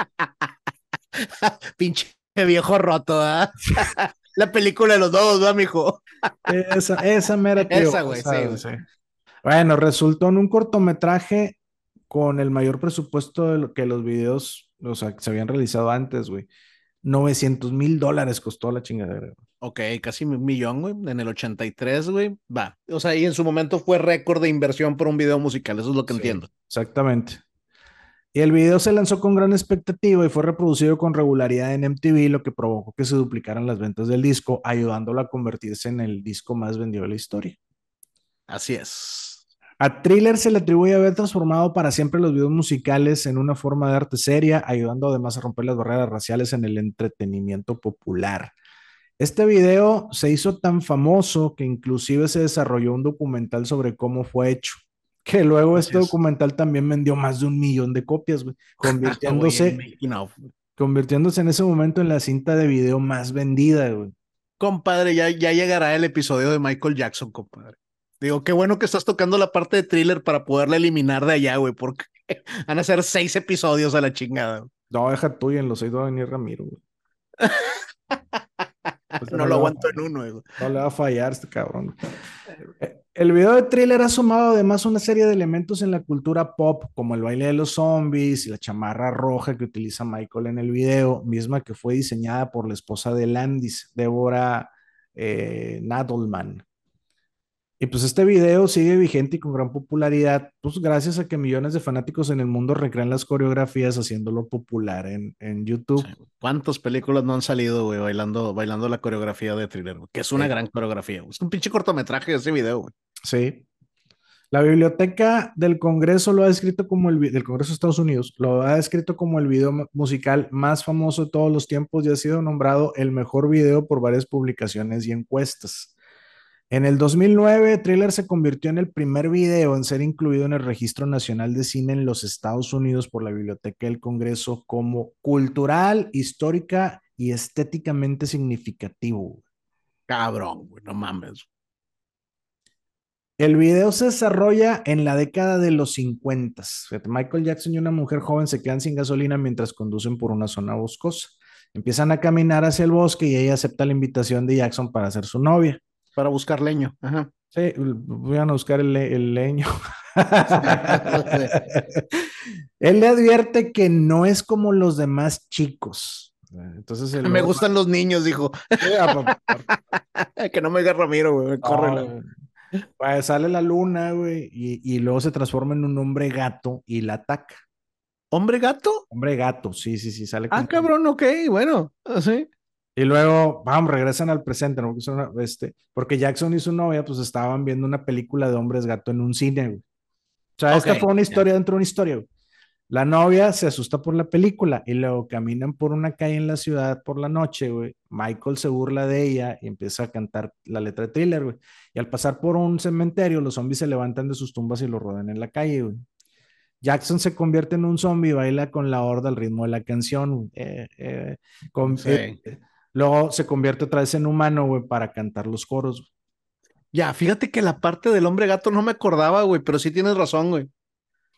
Pinche viejo roto, ¿ah? La película de los lobos, ¿va, mijo? esa, esa mera, tío, Esa, güey, sí, esa, güey. sí. Bueno, resultó en un cortometraje con el mayor presupuesto de lo que los videos, o sea, que se habían realizado antes, güey. Novecientos mil dólares costó la chingadera, güey. Ok, casi un millón, güey, en el ochenta y tres, güey, va. O sea, y en su momento fue récord de inversión por un video musical, eso es lo que Sí, entiendo. exactamente. Y el video se lanzó con gran expectativa y fue reproducido con regularidad en M T V, lo que provocó que se duplicaran las ventas del disco, ayudándolo a convertirse en el disco más vendido de la historia. Así es. A Thriller se le atribuye haber transformado para siempre los videos musicales en una forma de arte seria, ayudando además a romper las barreras raciales en el entretenimiento popular. Este video se hizo tan famoso que inclusive se desarrolló un documental sobre cómo fue hecho, que luego Así este es. documental también vendió más de un millón de copias, güey, Güey, en convirtiéndose, México, no. convirtiéndose en ese momento en la cinta de video más vendida, güey. Compadre, ya, ya llegará el episodio de Michael Jackson, compadre. Digo, qué bueno que estás tocando la parte de Thriller para poderla eliminar de allá, güey, porque van a ser seis episodios a la chingada, güey. No, deja tú y en los seis va a venir Ramiro, güey. Ese No no lo le va a aguanto fallar, en uno, güey. no le va a fallar este cabrón. Eh, El video de Thriller ha sumado además una serie de elementos en la cultura pop, como el baile de los zombies y la chamarra roja que utiliza Michael en el video, misma que fue diseñada por la esposa de Landis, Deborah eh, Nadelman. Y pues este video sigue vigente y con gran popularidad, pues gracias a que millones de fanáticos en el mundo recrean las coreografías haciéndolo popular en, en Sí, YouTube. güey. ¿Cuántas películas no han salido, güey, bailando, bailando la coreografía de Thriller, güey? Que es una Sí. gran coreografía, güey. Es un pinche cortometraje ese video, güey. Sí. La biblioteca del Congreso lo ha descrito como el vi- del Congreso de Estados Unidos, lo ha descrito como el video mu- musical más famoso de todos los tiempos y ha sido nombrado el mejor video por varias publicaciones y encuestas. En el dos mil nueve, Thriller se convirtió en el primer video en ser incluido en el Registro Nacional de Cine en los Estados Unidos por la Biblioteca del Congreso como cultural, histórica y estéticamente significativo. Cabrón, güey, no mames. El video se desarrolla en la década de los cincuenta. Fíjate, Michael Jackson y una mujer joven se quedan sin gasolina mientras conducen por una zona boscosa. Empiezan a caminar hacia el bosque y ella acepta la invitación de Jackson para ser su novia. Para buscar leño. Ajá. Sí, voy a buscar el, le- el leño. Él le advierte que no es como los demás chicos. Entonces el Me luego, gustan los niños, dijo. sí, a- pa- pa- Que no me diga Ramiro, güey, córrela. no, pues sale la luna, güey, y, y luego se transforma en un hombre gato y la ataca. ¿Hombre gato? Hombre gato, sí, sí, sí, sale Ah, como. cabrón, ok, bueno, así. Y luego, vamos, regresan al presente, ¿no? Porque, son una- este, porque Jackson y su novia, pues estaban viendo una película de hombres gato en un cine, güey. O sea, Ok, esta fue una ya. historia dentro de una historia, güey. La novia se asusta por la película y luego caminan por una calle en la ciudad por la noche, güey. Michael se burla de ella y empieza a cantar la letra de Thriller, güey. Y al pasar por un cementerio, los zombies se levantan de sus tumbas y lo rodean en la calle, güey. Jackson se convierte en un zombie y baila con la horda al ritmo de la canción. Eh, eh, con- eh, Sí. luego se convierte otra vez en humano, güey, para cantar los coros. Ya, fíjate que la parte del hombre gato no me acordaba, güey, pero sí tienes razón, güey.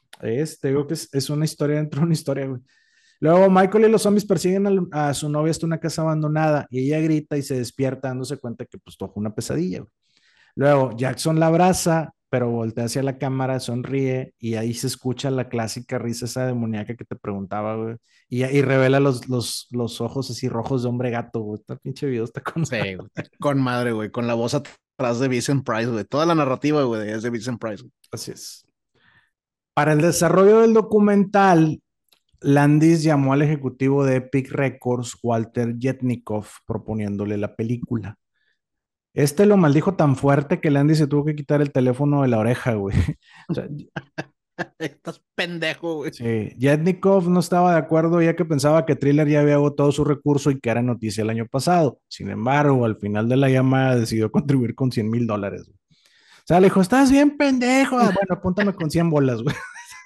Es, te digo que es, es una historia dentro de una historia, güey. Luego Michael y los zombies persiguen a, a su novia hasta una casa abandonada y ella grita y se despierta dándose cuenta que pues tuvo una pesadilla, güey. Luego Jackson la abraza, pero voltea hacia la cámara, sonríe y ahí se escucha la clásica risa esa demoníaca que te preguntaba, güey. Y, y revela los, los, los ojos así rojos de hombre gato, güey. Esta pinche video está con... Sí, güey, con madre, güey, con la voz atrás de Vincent Price, güey. Toda la narrativa, güey, es de Vincent Price, güey. Así es. Para el desarrollo del documental, Landis llamó al ejecutivo de Epic Records, Walter Jetnikoff, proponiéndole la película. Este lo maldijo tan fuerte que Landis se tuvo que quitar el teléfono de la oreja, güey. O sea, Estás pendejo, güey. sí, Jetnikov no estaba de acuerdo ya que pensaba que Thriller ya había agotado su recurso y que era noticia el año pasado. Sin embargo, al final de la llamada decidió contribuir con cien mil dólares. Güey. O sea, le dijo, estás bien pendejo. Ah, bueno, apúntame con cien bolas, güey.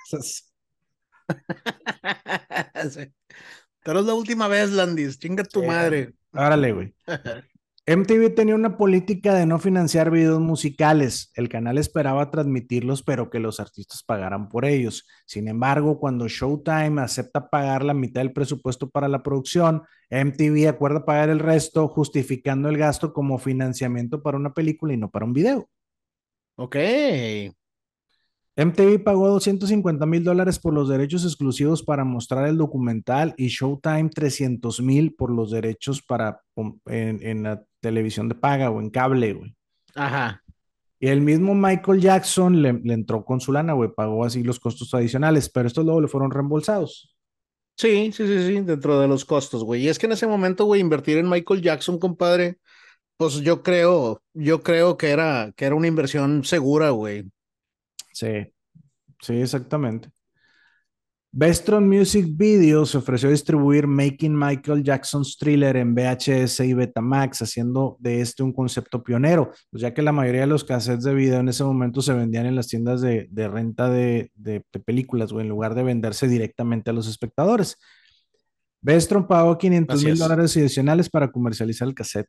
Sí. Pero es la última vez, Landis. Chinga Sí, tu madre. árale, güey. M T V tenía una política de no financiar videos musicales. El canal esperaba transmitirlos, pero que los artistas pagaran por ellos. Sin embargo, cuando Showtime acepta pagar la mitad del presupuesto para la producción, M T V acuerda pagar el resto, justificando el gasto como financiamiento para una película y no para un video. Ok. M T V pagó doscientos cincuenta mil dólares por los derechos exclusivos para mostrar el documental y Showtime trescientos mil por los derechos para en, en la televisión de paga o en cable, güey. Ajá. Y el mismo Michael Jackson le, le entró con su lana, güey, pagó así los costos adicionales, pero estos luego le fueron reembolsados. Sí, sí, sí, sí, dentro de los costos, güey. Y es que en ese momento, güey, invertir en Michael Jackson, compadre, pues yo creo, yo creo que era, que era una inversión segura, güey. Sí, sí, exactamente. Vestron Music Video se ofreció a distribuir Making Michael Jackson's Thriller en V H S y Betamax, haciendo de este un concepto pionero, pues ya que la mayoría de los cassettes de video en ese momento se vendían en las tiendas de, de renta de, de, de películas, o en lugar de venderse directamente a los espectadores. Vestron pagó quinientos Así mil es, dólares adicionales para comercializar el cassette.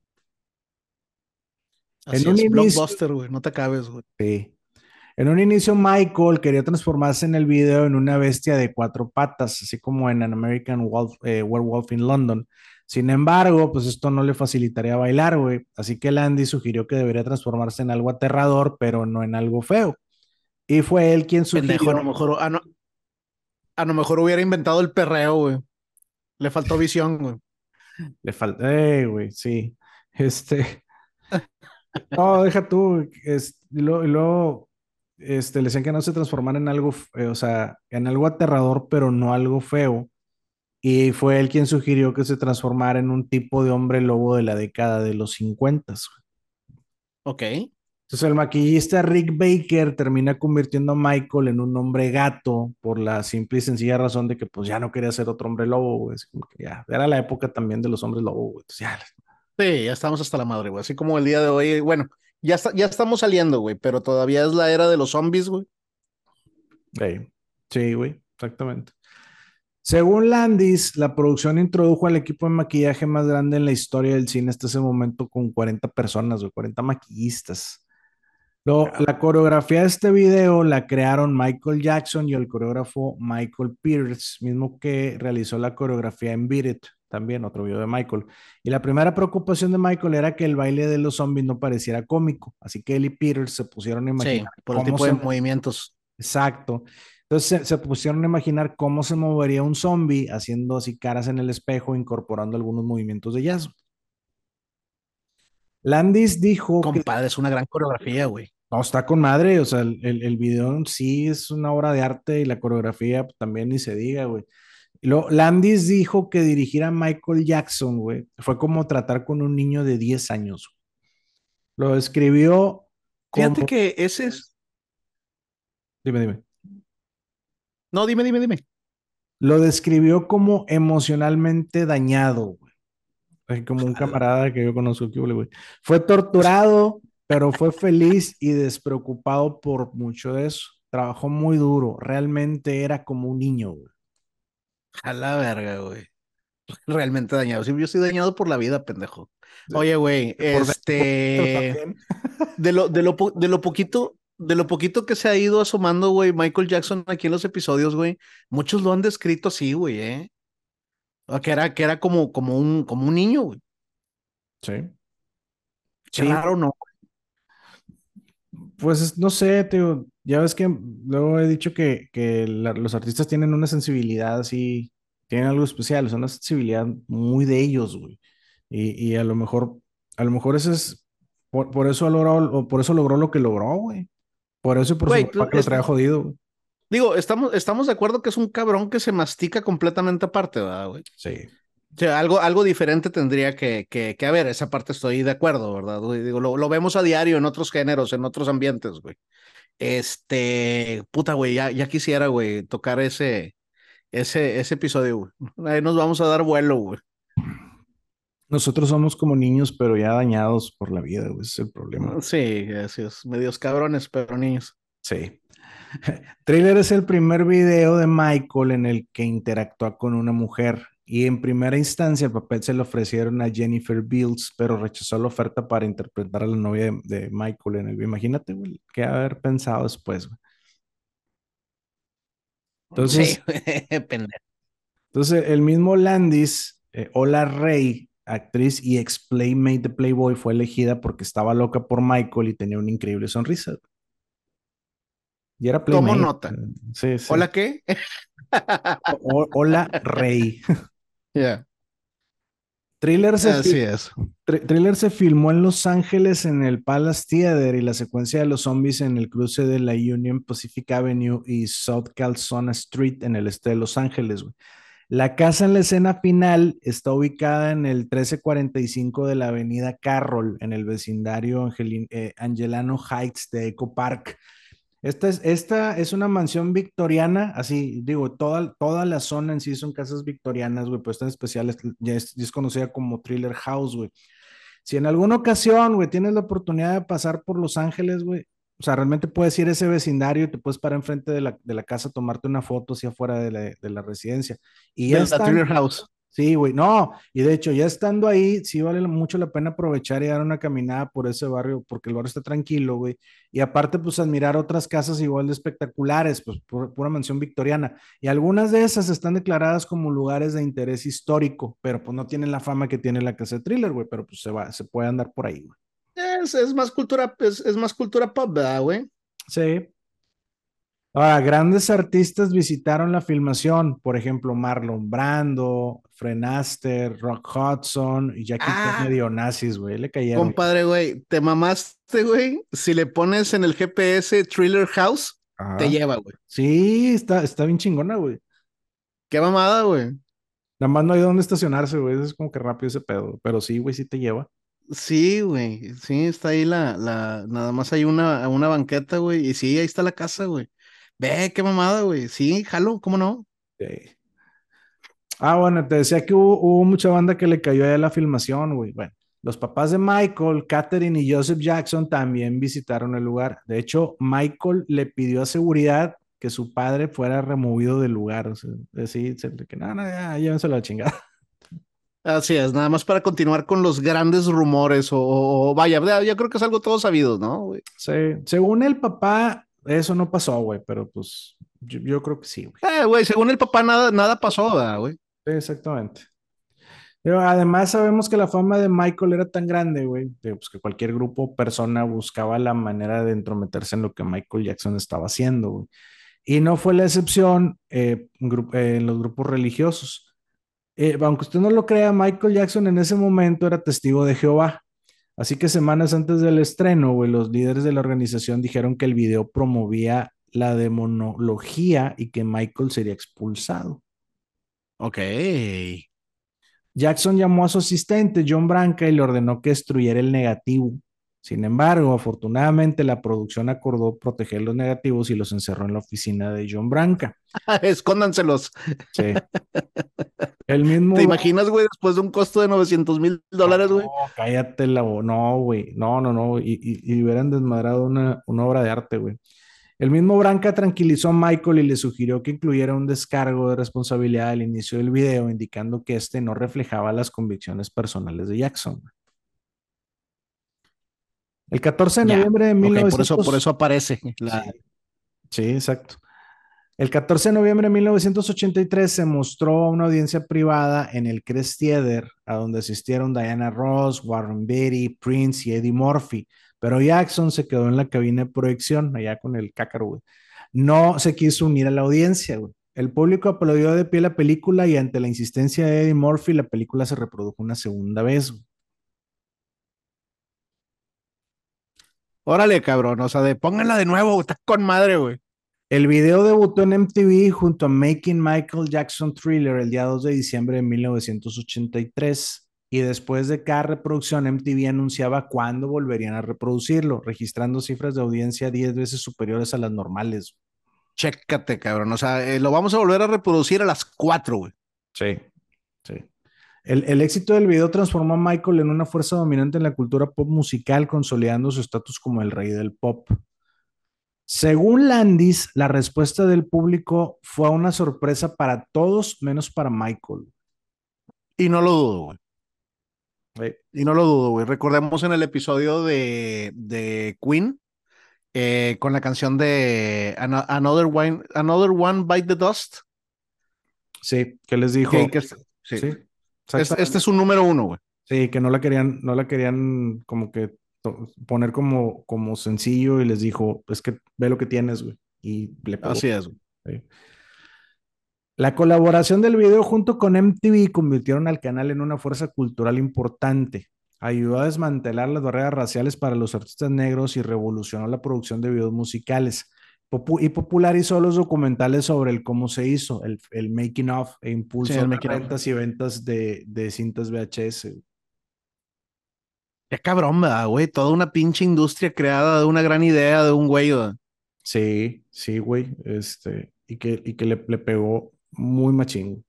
En así un es. inicio, Blockbuster, güey, no te acabes, güey. sí. En un inicio, Michael quería transformarse en el video en una bestia de cuatro patas, así como en An American Wolf, eh, Werewolf in London. Sin embargo, pues esto no le facilitaría bailar, güey. Así que Landy sugirió que debería transformarse en algo aterrador, pero no en algo feo. Y fue él quien Pendejo, a lo sugirió, mejor, a, no- a lo mejor hubiera inventado el perreo, güey. Le faltó visión, güey. le falta, eh, güey, sí. Este, no, deja tú, es, y luego, y luego, este, le decían que no se transformara en algo, eh, o sea, en algo aterrador, pero no algo feo. Y fue él quien sugirió que se transformara en un tipo de hombre lobo de la década de los cincuenta. Ok. Entonces el maquillista Rick Baker termina convirtiendo a Michael en un hombre gato por la simple y sencilla razón de que pues ya no quería ser otro hombre lobo, güey. Es como que ya, era la época también de los hombres lobo, güey. Entonces, ya, Sí, ya estamos hasta la madre, güey. Así como el día de hoy, bueno, ya está, ya estamos saliendo, güey, pero todavía es la era de los zombies, güey. hey, sí, güey, exactamente. Según Landis, la producción introdujo al equipo de maquillaje más grande en la historia del cine hasta ese momento con cuarenta personas, o cuarenta maquillistas. Lo- la coreografía de este video la crearon Michael Jackson y el coreógrafo Michael Pierce, mismo que realizó la coreografía en Beat It, también otro video de Michael. Y la primera preocupación de Michael era que el baile de los zombies no pareciera cómico, así que él y Peters se pusieron a imaginar Sí, por el cómo tipo de se... movimientos. Exacto. Entonces se, se pusieron a imaginar cómo se movería un zombie haciendo así caras en el espejo, incorporando algunos movimientos de jazz. Landis dijo que Compadre, es una gran coreografía, güey. no, está con madre, o sea, el, el, el video en sí es una obra de arte y la coreografía pues, también ni se diga, güey. Y luego, Landis dijo que dirigir a Michael Jackson, güey, fue como tratar con un niño de diez años. Lo describió Fíjate como, que ese es. dime, dime, No, dime, dime, dime. lo describió como emocionalmente dañado, güey. Así como un Jala. camarada que yo conozco, que, güey. Fue torturado, pero fue feliz y despreocupado por mucho de eso. Trabajó muy duro, realmente era como un niño, güey. A la verga, güey. Realmente dañado. Sí, yo estoy dañado por la vida, pendejo. Oye, güey, Por dentro, por dentro este. también. De lo, de lo, po- de lo poquito. de lo poquito que se ha ido asomando, güey, Michael Jackson aquí en los episodios, güey, muchos lo han descrito así, güey, ¿eh? O que era, que era como, como un, como un niño, güey. Sí. Qué Sí, raro, ¿no? pues es- no sé, te digo, ya ves que luego he dicho que, que la- los artistas tienen una sensibilidad así, tienen algo especial, es una sensibilidad muy de ellos, güey. Y, y a lo mejor, a lo mejor ese es, por, por eso ha logrado, o por eso logró lo que logró, güey. Por eso y por su Güey, papá tú- que lo es- traía jodido, güey. digo, estamos, estamos de acuerdo que es un cabrón que se mastica completamente aparte, ¿verdad, güey? Sí. O sea, algo, algo diferente tendría que, que, que haber, esa parte estoy de acuerdo, ¿verdad, güey? Digo, lo, lo vemos a diario en otros géneros, en otros ambientes, güey. Este, puta, güey, ya, ya quisiera, güey, tocar ese, ese, ese episodio, güey. Ahí nos vamos a dar vuelo, güey. Nosotros somos como niños, pero ya dañados por la vida, güey, ese es el problema. Sí, así es, medios cabrones, pero niños. Sí. Thriller es el primer video de Michael en el que interactúa con una mujer y en primera instancia el papel se lo ofrecieron a Jennifer Beals, pero rechazó la oferta para interpretar a la novia de, de Michael en el video. Imagínate, güey, qué haber pensado después, güey. Sí, Entonces, pendejo. entonces el mismo Landis, eh, Ola Ray, actriz y ex playmate de Playboy, fue elegida porque estaba loca por Michael y tenía una increíble sonrisa. Y era Tomo playmate. nota. Sí, sí. ¿Hola qué? O- Ola Ray. Ya, Thriller se, así fi- es. Thr- Thriller se filmó en Los Ángeles en el Palace Theater y la secuencia de los zombies en el cruce de la Union Pacific Avenue y South Calzona Street en el este de Los Ángeles, güey. La casa en la escena final está ubicada en el trece cuarenta y cinco de la avenida Carroll, en el vecindario Angelin- eh, Angelano Heights de Echo Park. Esta es, esta es una mansión victoriana, así digo, toda, toda la zona en sí son casas victorianas, güey, pues tan especiales, ya es, ya es conocida como Thriller House, güey. Si en alguna ocasión, güey, tienes la oportunidad de pasar por Los Ángeles, güey, o sea, realmente puedes ir a ese vecindario y te puedes parar enfrente de la, de la casa, tomarte una foto hacia afuera de la, de la residencia. Y ya De la están, Thriller House. sí, güey, no, y de hecho, ya estando ahí, sí vale mucho la pena aprovechar y dar una caminada por ese barrio, porque el barrio está tranquilo, güey. Y aparte, pues admirar otras casas igual de espectaculares, pues pu- pura mansión victoriana. Y algunas de esas están declaradas como lugares de interés histórico, pero pues no tienen la fama que tiene la casa de Thriller, güey, pero pues se va, se puede andar por ahí, güey. Es, es más cultura, es, es más cultura pop, ¿verdad, güey? Sí. Ahora, grandes artistas visitaron la filmación, por ejemplo, Marlon Brando, Fred Astaire, Rock Hudson y Jackie Ah, Kennedy o nazis, güey, le cayeron. compadre, güey, te mamaste, güey. Si le pones en el G P S Thriller House, te Ajá. lleva, güey. Sí, está, está bien chingona, güey. Qué mamada, güey. Nada más no hay dónde estacionarse, güey. Es como que rápido ese pedo. Pero sí, güey, sí te lleva. Sí, güey. Sí, está ahí la, la, nada más hay una, una banqueta, güey. Y sí, ahí está la casa, güey. Ve, qué mamada, güey. Sí, jalo, ¿cómo no? Sí. Ah, bueno, te decía que hubo, hubo mucha banda que le cayó ahí a la filmación, güey. Bueno, los papás de Michael, Catherine y Joseph Jackson también visitaron el lugar. De hecho, Michael le pidió a seguridad que su padre fuera removido del lugar. O sea, decir, que no, no, ya, llévenselo a la chingada. Así es, nada más para continuar con los grandes rumores o, o- o vaya, ya- yo creo que es algo todo sabido, ¿no, güey? Sí, según el papá, eso no pasó, güey, pero pues yo, yo creo que sí, güey. Eh, güey, según el papá, nada, nada pasó, ¿verdad, güey? Sí, exactamente. Pero además sabemos que la fama de Michael era tan grande, güey, que, pues, que cualquier grupo o persona buscaba la manera de entrometerse en lo que Michael Jackson estaba haciendo, güey. Y no fue la excepción eh, en, gru- eh, en los grupos religiosos. Eh, aunque usted no lo crea, Michael Jackson en ese momento era testigo de Jehová. Así que semanas antes del estreno, güey, los líderes de la organización dijeron que el video promovía la demonología y que Michael sería expulsado. Ok. Jackson llamó a su asistente, John Branca, y le ordenó que destruyera el negativo. Sin embargo, afortunadamente la producción acordó proteger los negativos y los encerró en la oficina de John Branca. Escóndanselos. Sí. El ¿Te mismo... imaginas, güey, después de un costo de novecientos mil dólares, güey? No, cállate la... bo- No, güey. No, no, no. Y, y, y hubieran desmadrado una, una obra de arte, güey. El mismo Branca tranquilizó a Michael y le sugirió que incluyera un descargo de responsabilidad al inicio del video, indicando que este no reflejaba las convicciones personales de Jackson. El catorce de Ya. noviembre de Ok, por eso, por mil novecientos... eso aparece la. Sí, sí, exacto. El catorce de noviembre de mil novecientos ochenta y tres se mostró a una audiencia privada en el Crest Theater, a donde asistieron Diana Ross, Warren Beatty, Prince y Eddie Murphy. Pero Jackson se quedó en la cabina de proyección, allá con el cácaro, güey. No se quiso unir a la audiencia, güey. El público aplaudió de pie la película y ante la insistencia de Eddie Murphy, la película se reprodujo una segunda vez, güey. Órale, cabrón. O sea, de pónganla de nuevo, está con madre, güey. El video debutó en M T V junto a Making Michael Jackson Thriller el día dos de diciembre de mil novecientos ochenta y tres y después de cada reproducción M T V anunciaba cuándo volverían a reproducirlo, registrando cifras de audiencia diez veces superiores a las normales. Chécate, cabrón. O sea, eh, lo vamos a volver a reproducir a las cuatro, güey. Sí, sí. El, el éxito del video transformó a Michael en una fuerza dominante en la cultura pop musical, consolidando su estatus como el rey del pop. Según Landis, la respuesta del público fue una sorpresa para todos menos para Michael. Y no lo dudo, güey. Sí, Y no lo dudo, güey. Recordemos en el episodio de, de Queen, eh, con la canción de Ano- Another One, Another One Bite the Dust, sí, que les que, dijo, que es- sí, sí, es- este exactamente. es un número uno, güey. Sí, que no la querían, no la querían como que to- poner como, como sencillo y les dijo, es que ve lo que tienes, güey. Y le pegó. Así es, güey. Sí. La colaboración del video junto con M T V convirtieron al canal en una fuerza cultural importante. Ayudó a desmantelar las barreras raciales para los artistas negros y revolucionó la producción de videos musicales. Popu- y popularizó los documentales sobre el cómo se hizo, el, el making of, e Sí, impulsó el las Making of. rentas y ventas de, de cintas V H S. Qué cabrón, ¿verdad, güey? Toda una pinche industria creada de una gran idea de un güey, ¿verdad? Sí, sí, güey. Este, y que, y que le, le pegó muy machín.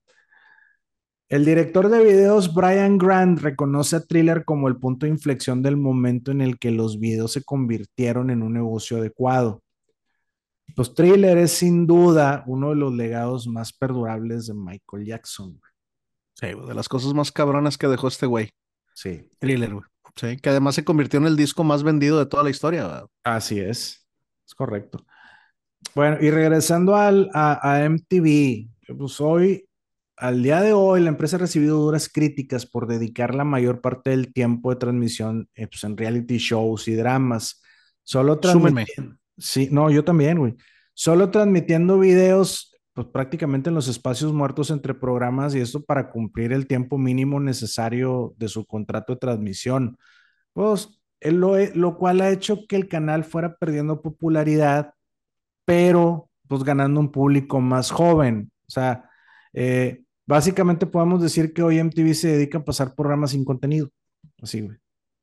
El director de videos Brian Grant reconoce a Thriller como el punto de inflexión del momento en el que los videos se convirtieron en un negocio adecuado. Pues Thriller es sin duda uno de los legados más perdurables de Michael Jackson. Sí, güey, de las cosas más cabronas que dejó este güey. Sí, Thriller, güey. Sí, que además se convirtió en el disco más vendido de toda la historia, ¿verdad? así es. Es correcto. Bueno, y regresando al, a, a M T V, pues hoy, al día de hoy, la empresa ha recibido duras críticas por dedicar la mayor parte del tiempo de transmisión eh, pues, en reality shows y dramas. Solo Súmenme. transmitiendo, sí, no, yo también, güey. Solo transmitiendo videos, pues prácticamente en los espacios muertos entre programas y esto para cumplir el tiempo mínimo necesario de su contrato de transmisión. Pues, eh, lo, lo cual ha hecho que el canal fuera perdiendo popularidad pero pues ganando un público más joven. O sea, eh, básicamente podemos decir que hoy M T V se dedica a pasar programas sin contenido. Así, güey.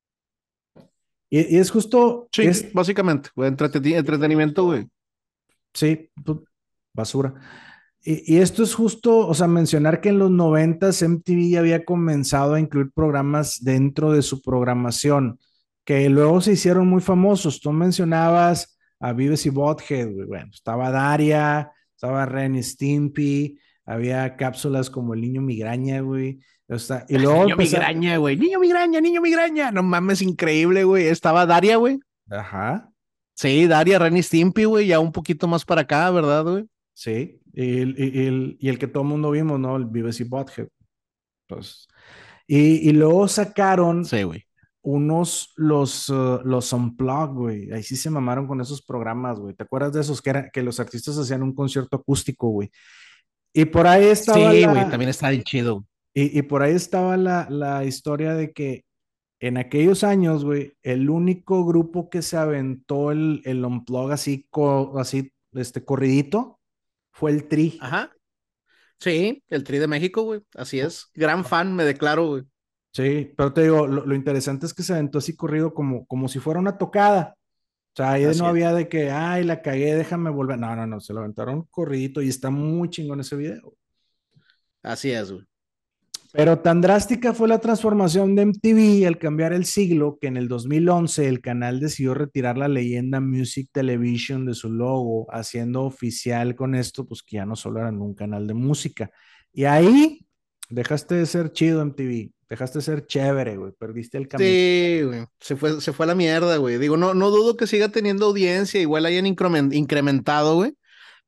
Y, y es justo, Sí, es, básicamente, güey, entreteni- entretenimiento, güey. sí, pues, basura. Y, y esto es justo, o sea, mencionar que en los noventas M T V ya había comenzado a incluir programas dentro de su programación, que luego se hicieron muy famosos. Tú mencionabas a Beavis y Butthead, güey. Bueno, estaba Daria, estaba Ren y Stimpy, había cápsulas como El Niño Migraña, güey. O sea, y luego Niño empezar, migraña, güey. Niño migraña, niño migraña. No mames, increíble, güey. Estaba Daria, güey. ajá, Sí, Daria, Ren y Stimpy, güey. Ya un poquito más para acá, ¿verdad, güey? sí, y, el- y el, y el que todo el mundo vimos, ¿no? El Beavis y Butthead. Pues, y, y luego sacaron Sí, güey. unos, los, uh, los Unplugged, güey. Ahí sí se mamaron con esos programas, güey. ¿Te acuerdas de esos que, era, que los artistas hacían un concierto acústico, güey? Y por ahí estaba Sí, güey, la, también está bien chido. y, y por ahí estaba la, la historia de que en aquellos años, güey, el único grupo que se aventó el, el Unplugged así, co- así, este, corridito, fue el Tri. Ajá. Sí, el Tri de México, güey. Así es. Gran fan, me declaro, güey. Sí, pero te digo, lo, lo interesante es que se aventó así corrido como, como si fuera una tocada. O sea, ahí no Así es. había de que, ay, la cagué, déjame volver. No, no, no, se lo aventaron corridito y está muy chingón ese video. Así es, güey. Pero tan drástica fue la transformación de M T V al cambiar el siglo que en el dos mil once el canal decidió retirar la leyenda Music Television de su logo, haciendo oficial con esto, pues que ya no solo eran un canal de música. Y ahí Dejaste de ser chido M T V, dejaste de ser chévere, güey, perdiste el camino. Sí, güey. Se fue, se fue a la mierda, güey. Digo, no, no dudo que siga teniendo audiencia, igual hayan incremen- incrementado, güey.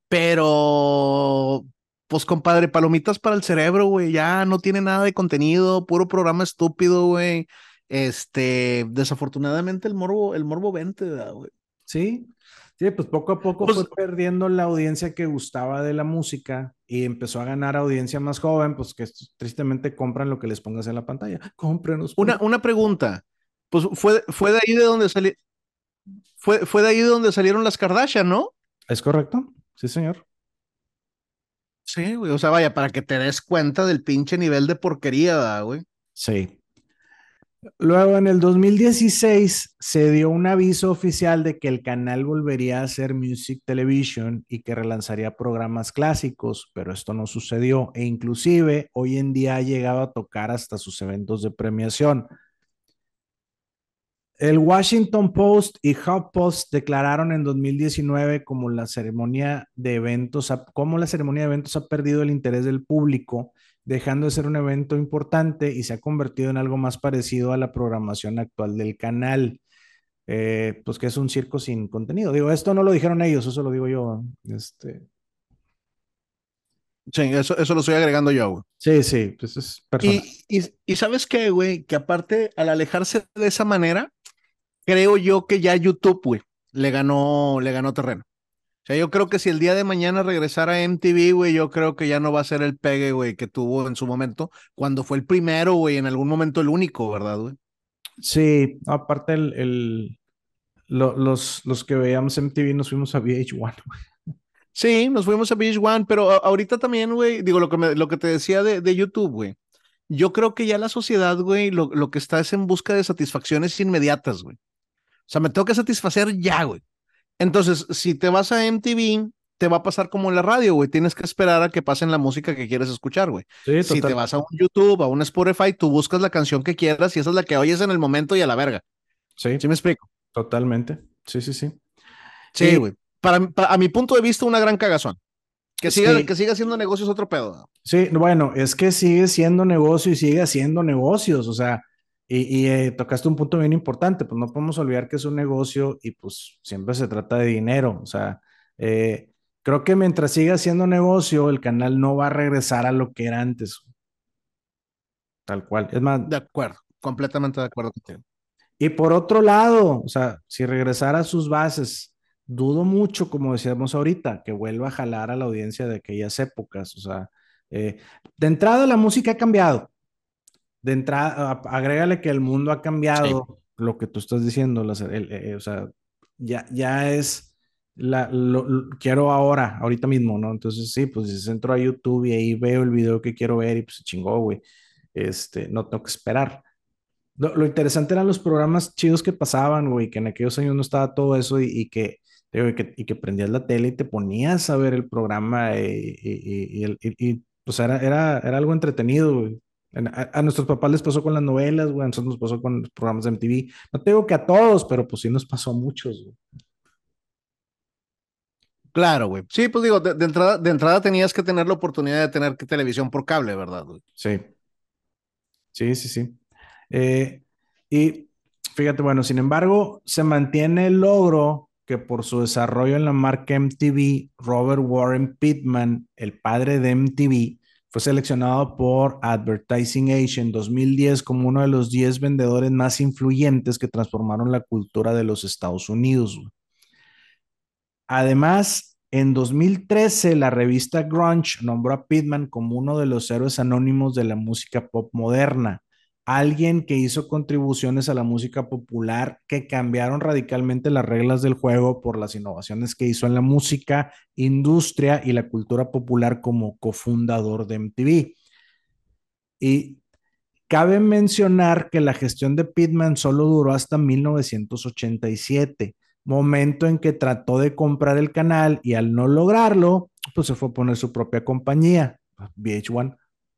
Pero, pues, compadre, palomitas para el cerebro, güey. Ya no tiene nada de contenido, puro programa estúpido, güey. Este, desafortunadamente el morbo, el morbo vente, ¿verdad, güey? Sí, sí, pues poco a poco Pues, fue perdiendo la audiencia que gustaba de la música y empezó a ganar audiencia más joven, pues que tristemente compran lo que les pongas en la pantalla. Cómprenos, por una, favor. una pregunta. Pues fue, fue de ahí de donde sali- fue, fue de ahí de donde salieron las Kardashian, ¿no? ¿Es correcto? Sí, señor. Sí, güey. O sea, vaya, para que te des cuenta del pinche nivel de porquería, ¿verdad, güey? Sí. Luego, en el dos mil dieciséis, se dio un aviso oficial de que el canal volvería a hacer Music Television y que relanzaría programas clásicos, pero esto no sucedió e inclusive hoy en día ha llegado a tocar hasta sus eventos de premiación. El Washington Post y HuffPost declararon en dos mil diecinueve como la ceremonia de eventos, ha- como la ceremonia de eventos ha perdido el interés del público, dejando de ser un evento importante y se ha convertido en algo más parecido a la programación actual del canal, eh, pues que es un circo sin contenido. Digo, esto no lo dijeron ellos, eso lo digo yo. Este, Sí, eso, eso lo estoy agregando yo, güey. sí, sí, pues es personal. Y, y, y ¿sabes qué, güey? Que aparte, al alejarse de esa manera, creo yo que ya YouTube, güey, le ganó, le ganó terreno. O sea, yo creo que si el día de mañana regresara a M T V, güey, yo creo que ya no va a ser el pegue, güey, que tuvo en su momento, cuando fue el primero, güey, en algún momento el único, ¿verdad, güey? Sí, aparte el, el- lo- los, los que veíamos M T V nos fuimos a V H uno. Sí, nos fuimos a Beach One, pero a- ahorita también, güey, digo, lo que, me- lo que te decía de, de YouTube, güey. Yo creo que ya la sociedad, güey, lo, lo que está es en busca de satisfacciones inmediatas, güey. O sea, me tengo que satisfacer ya, güey. Entonces, si te vas a M T V, te va a pasar como en la radio, güey. Tienes que esperar a que pasen la música que quieres escuchar, güey. Sí, Si te total. vas a un YouTube, a un Spotify, tú buscas la canción que quieras y esa es la que oyes en el momento y a la verga. Sí, ¿Sí me explico? totalmente. Sí, sí, sí. Sí, Y güey. Para, para- a mi punto de vista, una gran cagazón. Que siga, sí, que siga haciendo negocios otro pedo, ¿no? sí, bueno, es que sigue siendo negocio y sigue haciendo negocios, o sea, y, y, eh, tocaste un punto bien importante, pues no podemos olvidar que es un negocio y pues siempre se trata de dinero, o sea, eh, creo que mientras siga siendo negocio, el canal no va a regresar a lo que era antes, tal cual. Es más, De acuerdo, completamente de acuerdo contigo. y por otro lado, o sea, si regresara a sus bases, dudo mucho, como decíamos ahorita, que vuelva a jalar a la audiencia de aquellas épocas. O sea, eh, de entrada la música ha cambiado. De entrada, a- agrégale que el mundo ha Sí. cambiado, lo que tú estás diciendo, las- el- eh, o sea, ya, ya es, la, lo, lo- quiero ahora, ahorita mismo, ¿no? Entonces sí, pues si entro a YouTube y ahí veo el video que quiero ver y pues se chingó, güey. Este, no tengo que esperar. Lo, lo interesante eran los programas chidos que pasaban, güey, que en aquellos años no estaba todo eso y, y que, digo, y que, y que prendías la tele y te ponías a ver el programa y, y, y, y el- y- y, pues era, era, era algo entretenido, güey. En- A, a nuestros papás les pasó con las novelas, güey, a nosotros nos pasó con los programas de M T V. No te digo que a todos, pero pues sí nos pasó a muchos, güey. Claro, güey. Sí, pues digo, de, de entrada, de entrada tenías que tener la oportunidad de tener que televisión por cable, ¿verdad, güey? Sí, sí, sí, sí. Eh, y fíjate, bueno, sin embargo, se mantiene el logro que por su desarrollo en la marca M T V, Robert Warren Pittman, el padre de M T V, fue seleccionado por Advertising Age en dos mil diez como uno de los diez vendedores más influyentes que transformaron la cultura de los Estados Unidos. Además, en dos mil trece, la revista Grunge nombró a Pittman como uno de los héroes anónimos de la música pop moderna, alguien que hizo contribuciones a la música popular que cambiaron radicalmente las reglas del juego por las innovaciones que hizo en la música, industria y la cultura popular como cofundador de M T V. Y cabe mencionar que la gestión de Pittman solo duró hasta mil novecientos ochenta y siete, momento en que trató de comprar el canal y al no lograrlo, pues se fue a poner su propia compañía, V H uno.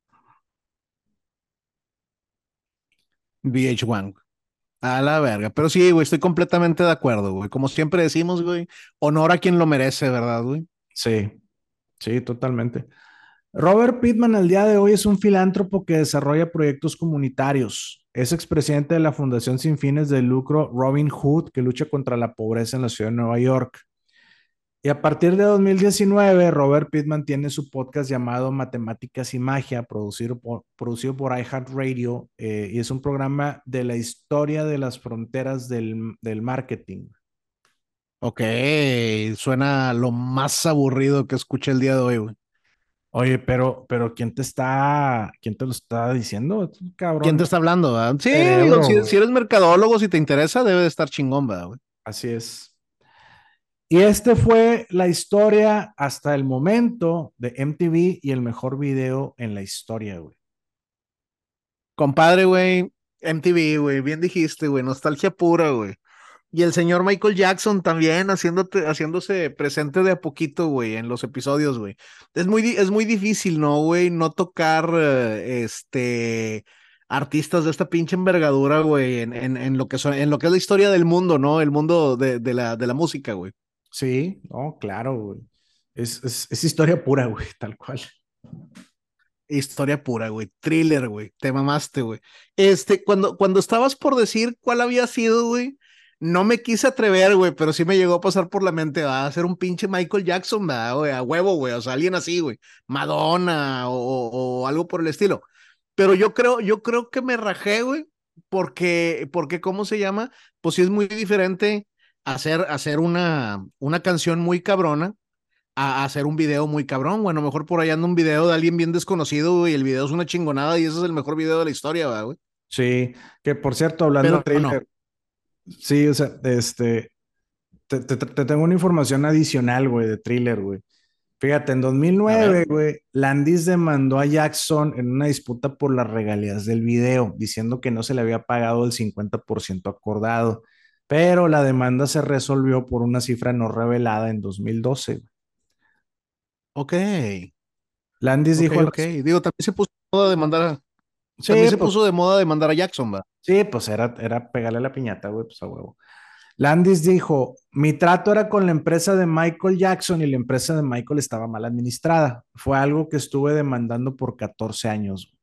V H uno. A la verga. Pero sí, güey, estoy completamente de acuerdo, güey. Como siempre decimos, güey, honor a quien lo merece, ¿verdad, güey? Sí, sí, totalmente. Robert Pittman al día de hoy es un filántropo que desarrolla proyectos comunitarios. Es expresidente de la Fundación Sin Fines de Lucro Robin Hood, que lucha contra la pobreza en la ciudad de Nueva York. Y a partir de dos mil diecinueve, Robert Pittman tiene su podcast llamado Matemáticas y Magia, producido por, producido por iHeartRadio, eh, y es un programa de la historia de las fronteras del, del marketing. Ok, suena lo más aburrido que escuché el día de hoy, güey. Oye, pero, pero ¿quién te está, quién te lo está diciendo? Es un ¿Quién cabrón te está hablando, verdad? Sí, digo, cerebro, si, güey. si eres mercadólogo, si te interesa, debe de estar chingón, ¿verdad, güey? Así es. Y este fue la historia hasta el momento de M T V y el mejor video en la historia, güey. Compadre, güey, M T V, güey, bien dijiste, güey, nostalgia pura, güey. Y el señor Michael Jackson también haciéndote, haciéndose presente de a poquito, güey, en los episodios, güey. Es muy, di- es muy difícil, ¿no, güey? No tocar, eh, este, artistas de esta pinche envergadura, güey, en, en, en lo que son, en lo que es la historia del mundo, ¿no? El mundo de, de la, de la música, güey. Sí, no, claro, güey. Es, es, es historia pura, güey, tal cual. Historia pura, güey. Thriller, güey. Te mamaste, güey. Este, cuando, cuando estabas por decir cuál había sido, güey, no me quise atrever, güey, pero sí me llegó a pasar por la mente, va a ser un pinche Michael Jackson, ¿verdad, güey? A huevo, güey. O sea, alguien así, güey. Madonna o, o, o algo por el estilo. Pero yo creo, yo creo que me rajé, güey, porque, porque, ¿cómo se llama? Pues sí es muy diferente hacer, hacer una, una canción muy cabrona a, a hacer un video muy cabrón, güey. A lo mejor por ahí anda un video de alguien bien desconocido, güey, y el video es una chingonada y ese es el mejor video de la historia, ¿verdad, güey? Sí, que por cierto, hablando de Pero no. thriller, sí, o sea, este, te, te- te tengo una información adicional, güey, de thriller, güey. Fíjate, en A ver. dos mil nueve, güey, Landis demandó a Jackson en una disputa por las regalías del video, diciendo que no se le había pagado el cincuenta por ciento acordado, pero la demanda se resolvió por una cifra no revelada en dos mil doce, güey. Ok, Landis ok, dijo a ok. las... Digo, también se puso de moda demandar a, también Sí, se pues, puso de moda demandar a Jackson, ¿va? sí, pues era, era pegarle a la piñata, güey, pues a huevo. Landis dijo, mi trato era con la empresa de Michael Jackson y la empresa de Michael estaba mal administrada. Fue algo que estuve demandando por catorce años.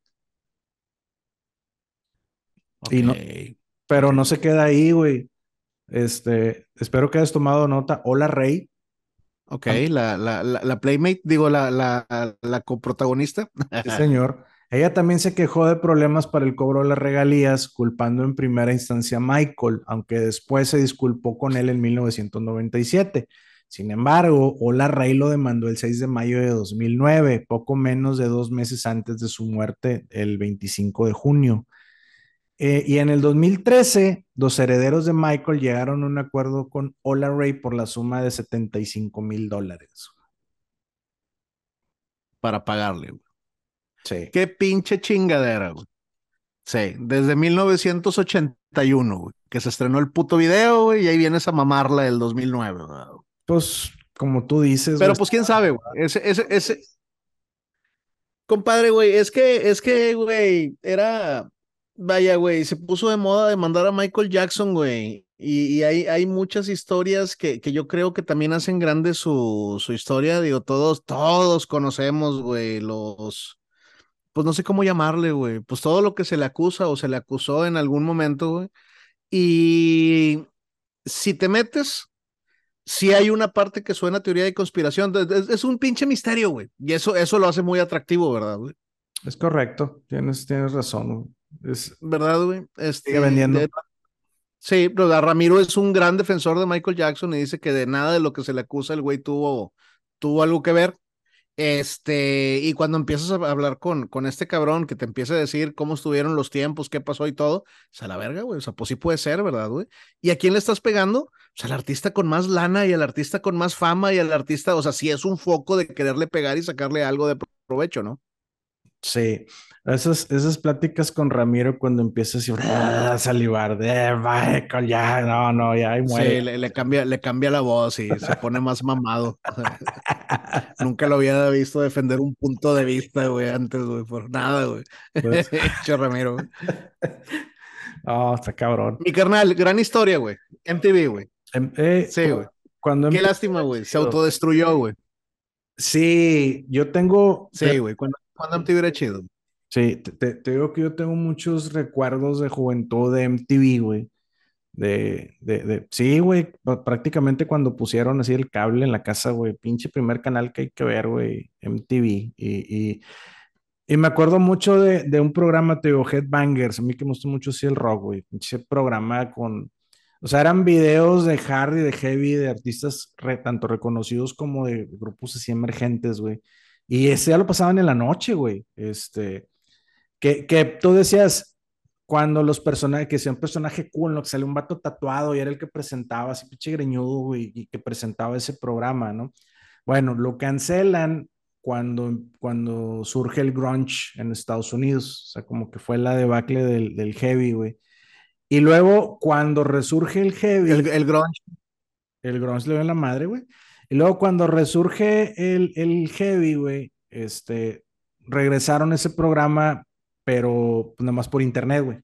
Ok, Y no, pero ok. no se queda ahí, güey. Este, espero que hayas tomado nota. Hola, Rey. Ok, Tam- la, la, la, la Playmate, digo, la, la, la coprotagonista. Sí, señor. Ella también se quejó de problemas para el cobro de las regalías, culpando en primera instancia a Michael, aunque después se disculpó con él en mil novecientos noventa y siete. Sin embargo, Ola Rey lo demandó el seis de mayo de dos mil nueve, poco menos de dos meses antes de su muerte, el veinticinco de junio. Eh, y en el dos mil trece, los herederos de Michael llegaron a un acuerdo con Ola Ray por la suma de setenta y cinco mil dólares. Para pagarle, güey. Sí, Qué pinche chingadera, güey. Sí, desde mil novecientos ochenta y uno, güey, que se estrenó el puto video, güey, y ahí vienes a mamarla del dos mil nueve, ¿verdad? pues como tú dices, güey. Pero pues quién sabe, güey. Ese, ese, ese, compadre, güey, es que, es que, güey, era, vaya, güey, se puso de moda demandar a Michael Jackson, güey. Y, y hay, hay muchas historias que, que yo creo que también hacen grande su, su historia. Digo, todos, todos conocemos, güey, los, pues no sé cómo llamarle, güey. Pues todo lo que se le acusa o se le acusó en algún momento, güey. Y si te metes, si hay una parte que suena a teoría de conspiración. Es, es- es un pinche misterio, güey. Y eso, eso lo hace muy atractivo, ¿verdad, güey? Es correcto, tienes, tienes razón, güey. Es, ¿Verdad, güey? sigue Este, vendiendo. de- sí, pero a Ramiro es un gran defensor de Michael Jackson y dice que de nada de lo que se le acusa el güey tuvo, tuvo algo que ver. Este, y cuando empiezas a hablar con, con este cabrón que te empieza a decir cómo estuvieron los tiempos, qué pasó y todo, es a la verga, güey. O sea, pues sí puede ser, ¿verdad, güey? ¿Y a quién le estás pegando? Pues al artista con más lana y al artista con más fama y al artista, o sea, sí es un foco de quererle pegar y sacarle algo de provecho, ¿no? Sí, esas, esas pláticas con Ramiro cuando empiezas a salivar de Michael, ya, no, no, ya ahí muere. Sí, le, le cambia, le cambia la voz y se pone más mamado. Nunca lo había visto defender un punto de vista, güey, antes, güey, por nada, güey. Pues, Che Ramiro, güey. oh, está cabrón. Mi carnal, gran historia, güey. M T V, güey. Em, eh, Sí, cu- güey. cuando Qué empieza lástima, güey. Se chido. autodestruyó, güey. Sí, yo tengo, te- Sí, güey, cuando, cuando M T V era chido. sí, te, te- te digo que yo tengo muchos recuerdos de juventud de M T V, güey. De, de, de, sí, güey, pr- prácticamente cuando pusieron así el cable en la casa, güey, pinche primer canal que hay que ver, güey, M T V. Y, y, y me acuerdo mucho de, de un programa, te digo, Headbangers, a mí que me gustó mucho sí el rock, güey, pinche programa con, o sea, eran videos de hard y de heavy, de artistas re- tanto reconocidos como de grupos así emergentes, güey. Y ese ya lo pasaban en la noche, güey, este, que, que tú decías, cuando los personajes, que sea un personaje cool, ¿no? Que sale un vato tatuado y era el que presentaba, así pinche greñudo, güey, y que presentaba ese programa, ¿no? Bueno, lo cancelan cuando, cuando surge el grunge en Estados Unidos, o sea, como que fue la debacle del, del heavy, güey. Y luego, cuando resurge el El, heavy, el grunge. el grunge le dio en la madre, güey. Y luego, cuando resurge el, el heavy, güey, este, regresaron ese programa, pero pues, nada más por internet, güey.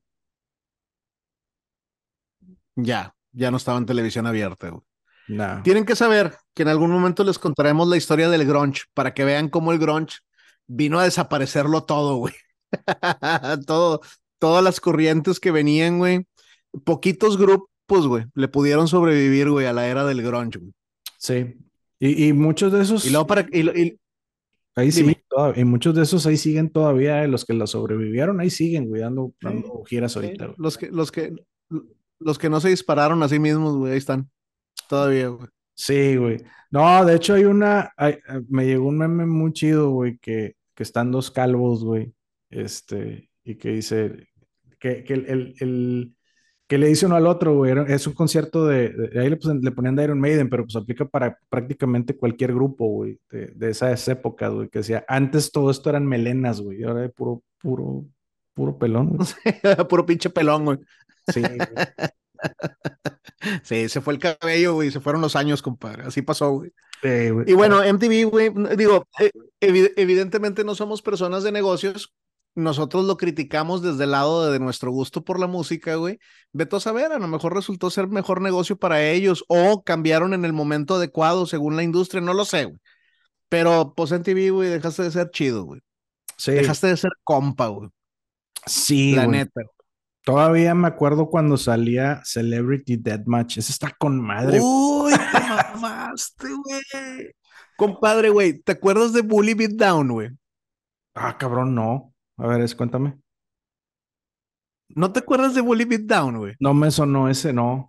Ya, ya no estaba en televisión abierta, güey. No. Tienen que saber que en algún momento les contaremos la historia del grunge para que vean cómo el grunge vino a desaparecerlo todo, güey. Todo, todas las corrientes que venían, güey. Poquitos grupos, güey, le pudieron sobrevivir, güey, a la era del grunge, güey. Sí. Y, y muchos de Y esos, luego para, y, y- ahí sí, dime. toda- y muchos de esos ahí siguen todavía, eh, los que la sobrevivieron, ahí siguen, güey, dando, Sí, dando giras sí, ahorita, güey. los que, los que, los que no se dispararon a sí mismos, güey, ahí están, todavía, güey. Sí, güey. No, de hecho hay una, hay- eh, me llegó un meme muy chido, güey, que, que están dos calvos, güey, este, y que dice, que, que el, el, el- que le dice uno al otro, güey, era- es un concierto de, de- ahí le, pues, le ponían de Iron Maiden, pero pues aplica para prácticamente cualquier grupo, güey, de, de esas épocas, güey, que decía, antes todo esto eran melenas, güey, y ahora es puro, puro, puro pelón, güey. Puro pinche pelón, güey. Sí, güey. Sí, se fue el cabello, güey, se fueron los años, compadre. Así pasó, güey. Sí, güey. Y bueno, M T V, güey, digo, eh, evi- evidentemente no somos personas de negocios. Nosotros lo criticamos desde el lado de nuestro gusto por la música, güey. Vete a saber, a lo mejor resultó ser mejor negocio para ellos o cambiaron en el momento adecuado según la industria, no lo sé, güey. Pero pues M T V, güey, dejaste de ser chido, güey. Sí, Dejaste de ser compa, güey. sí, La güey. neta. Todavía me acuerdo cuando salía Celebrity Deathmatch. Ese está con madre, güey. Uy, te mamaste, güey. Compadre, güey, ¿te acuerdas de Bully Beat Down, güey? Ah, cabrón, no. A ver, es, cuéntame. ¿No te acuerdas de Bully Beat Down, güey? No me sonó ese, no.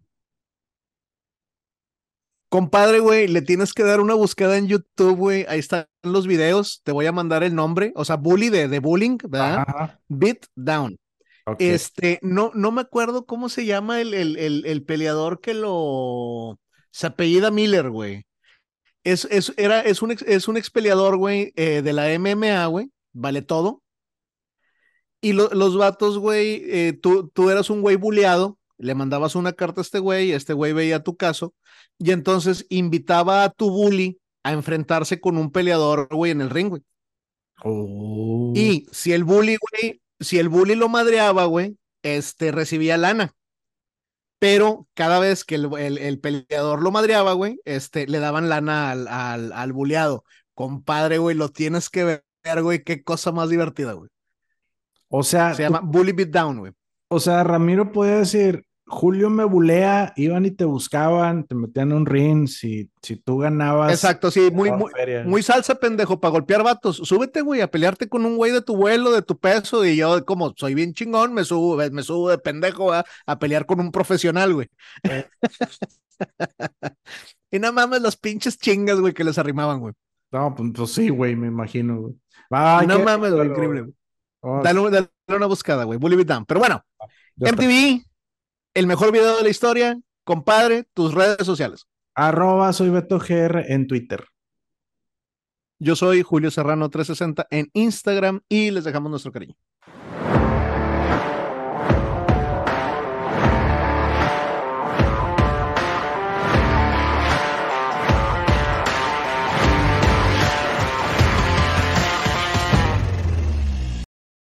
Compadre, güey, le tienes que dar una buscada en YouTube, güey. Ahí están los videos. Te voy a mandar el nombre. O sea, Bully de, de bullying, ¿verdad? Ajá. Beat Down. Ok. Este, no, no me acuerdo cómo se llama el, el, el, el peleador que lo... Se apellida Miller, güey. Es, es, era, es, un ex, es un ex peleador, güey, eh, de la M M A, güey. Vale todo. Y lo- los vatos, güey, eh, tú, tú eras un güey buleado, le mandabas una carta a este güey, este güey veía tu caso, y entonces invitaba a tu bully a enfrentarse con un peleador, güey, en el ring, güey. Oh. Y si el bully, güey, si el bully lo madreaba, güey, este recibía lana. Pero cada vez que el, el, el peleador lo madreaba, güey, este, le daban lana al, al, al buleado. Compadre, güey, lo tienes que ver, güey, qué cosa más divertida, güey. O Se sea, tú, llama Bully Beat Down, güey. o sea, Ramiro podía decir, Julio me bulea, iban y te buscaban, te metían en un ring, si, si tú ganabas, Exacto, sí, te muy, daban muy, feria. muy salsa, pendejo, para golpear vatos. Súbete, güey, a pelearte con un güey de tu vuelo, de tu peso, y yo, como soy bien chingón, me subo, me subo de pendejo a, a pelear con un profesional, güey. Eh, Y no mames las pinches chingas, güey, que les arrimaban, güey. no, pues, pues sí, güey, me imagino, güey. Va, hay No que, hay mames, que güey, verlo, increíble, güey. güey. Oh, Dale, dale una buscada, güey, Bully Beat Down. Pero bueno, ya está. M T V, el mejor video de la historia, compadre, tus redes sociales. Arroba soy Beto G R en Twitter. Yo soy Julio Serrano trescientos sesenta en Instagram y les dejamos nuestro cariño.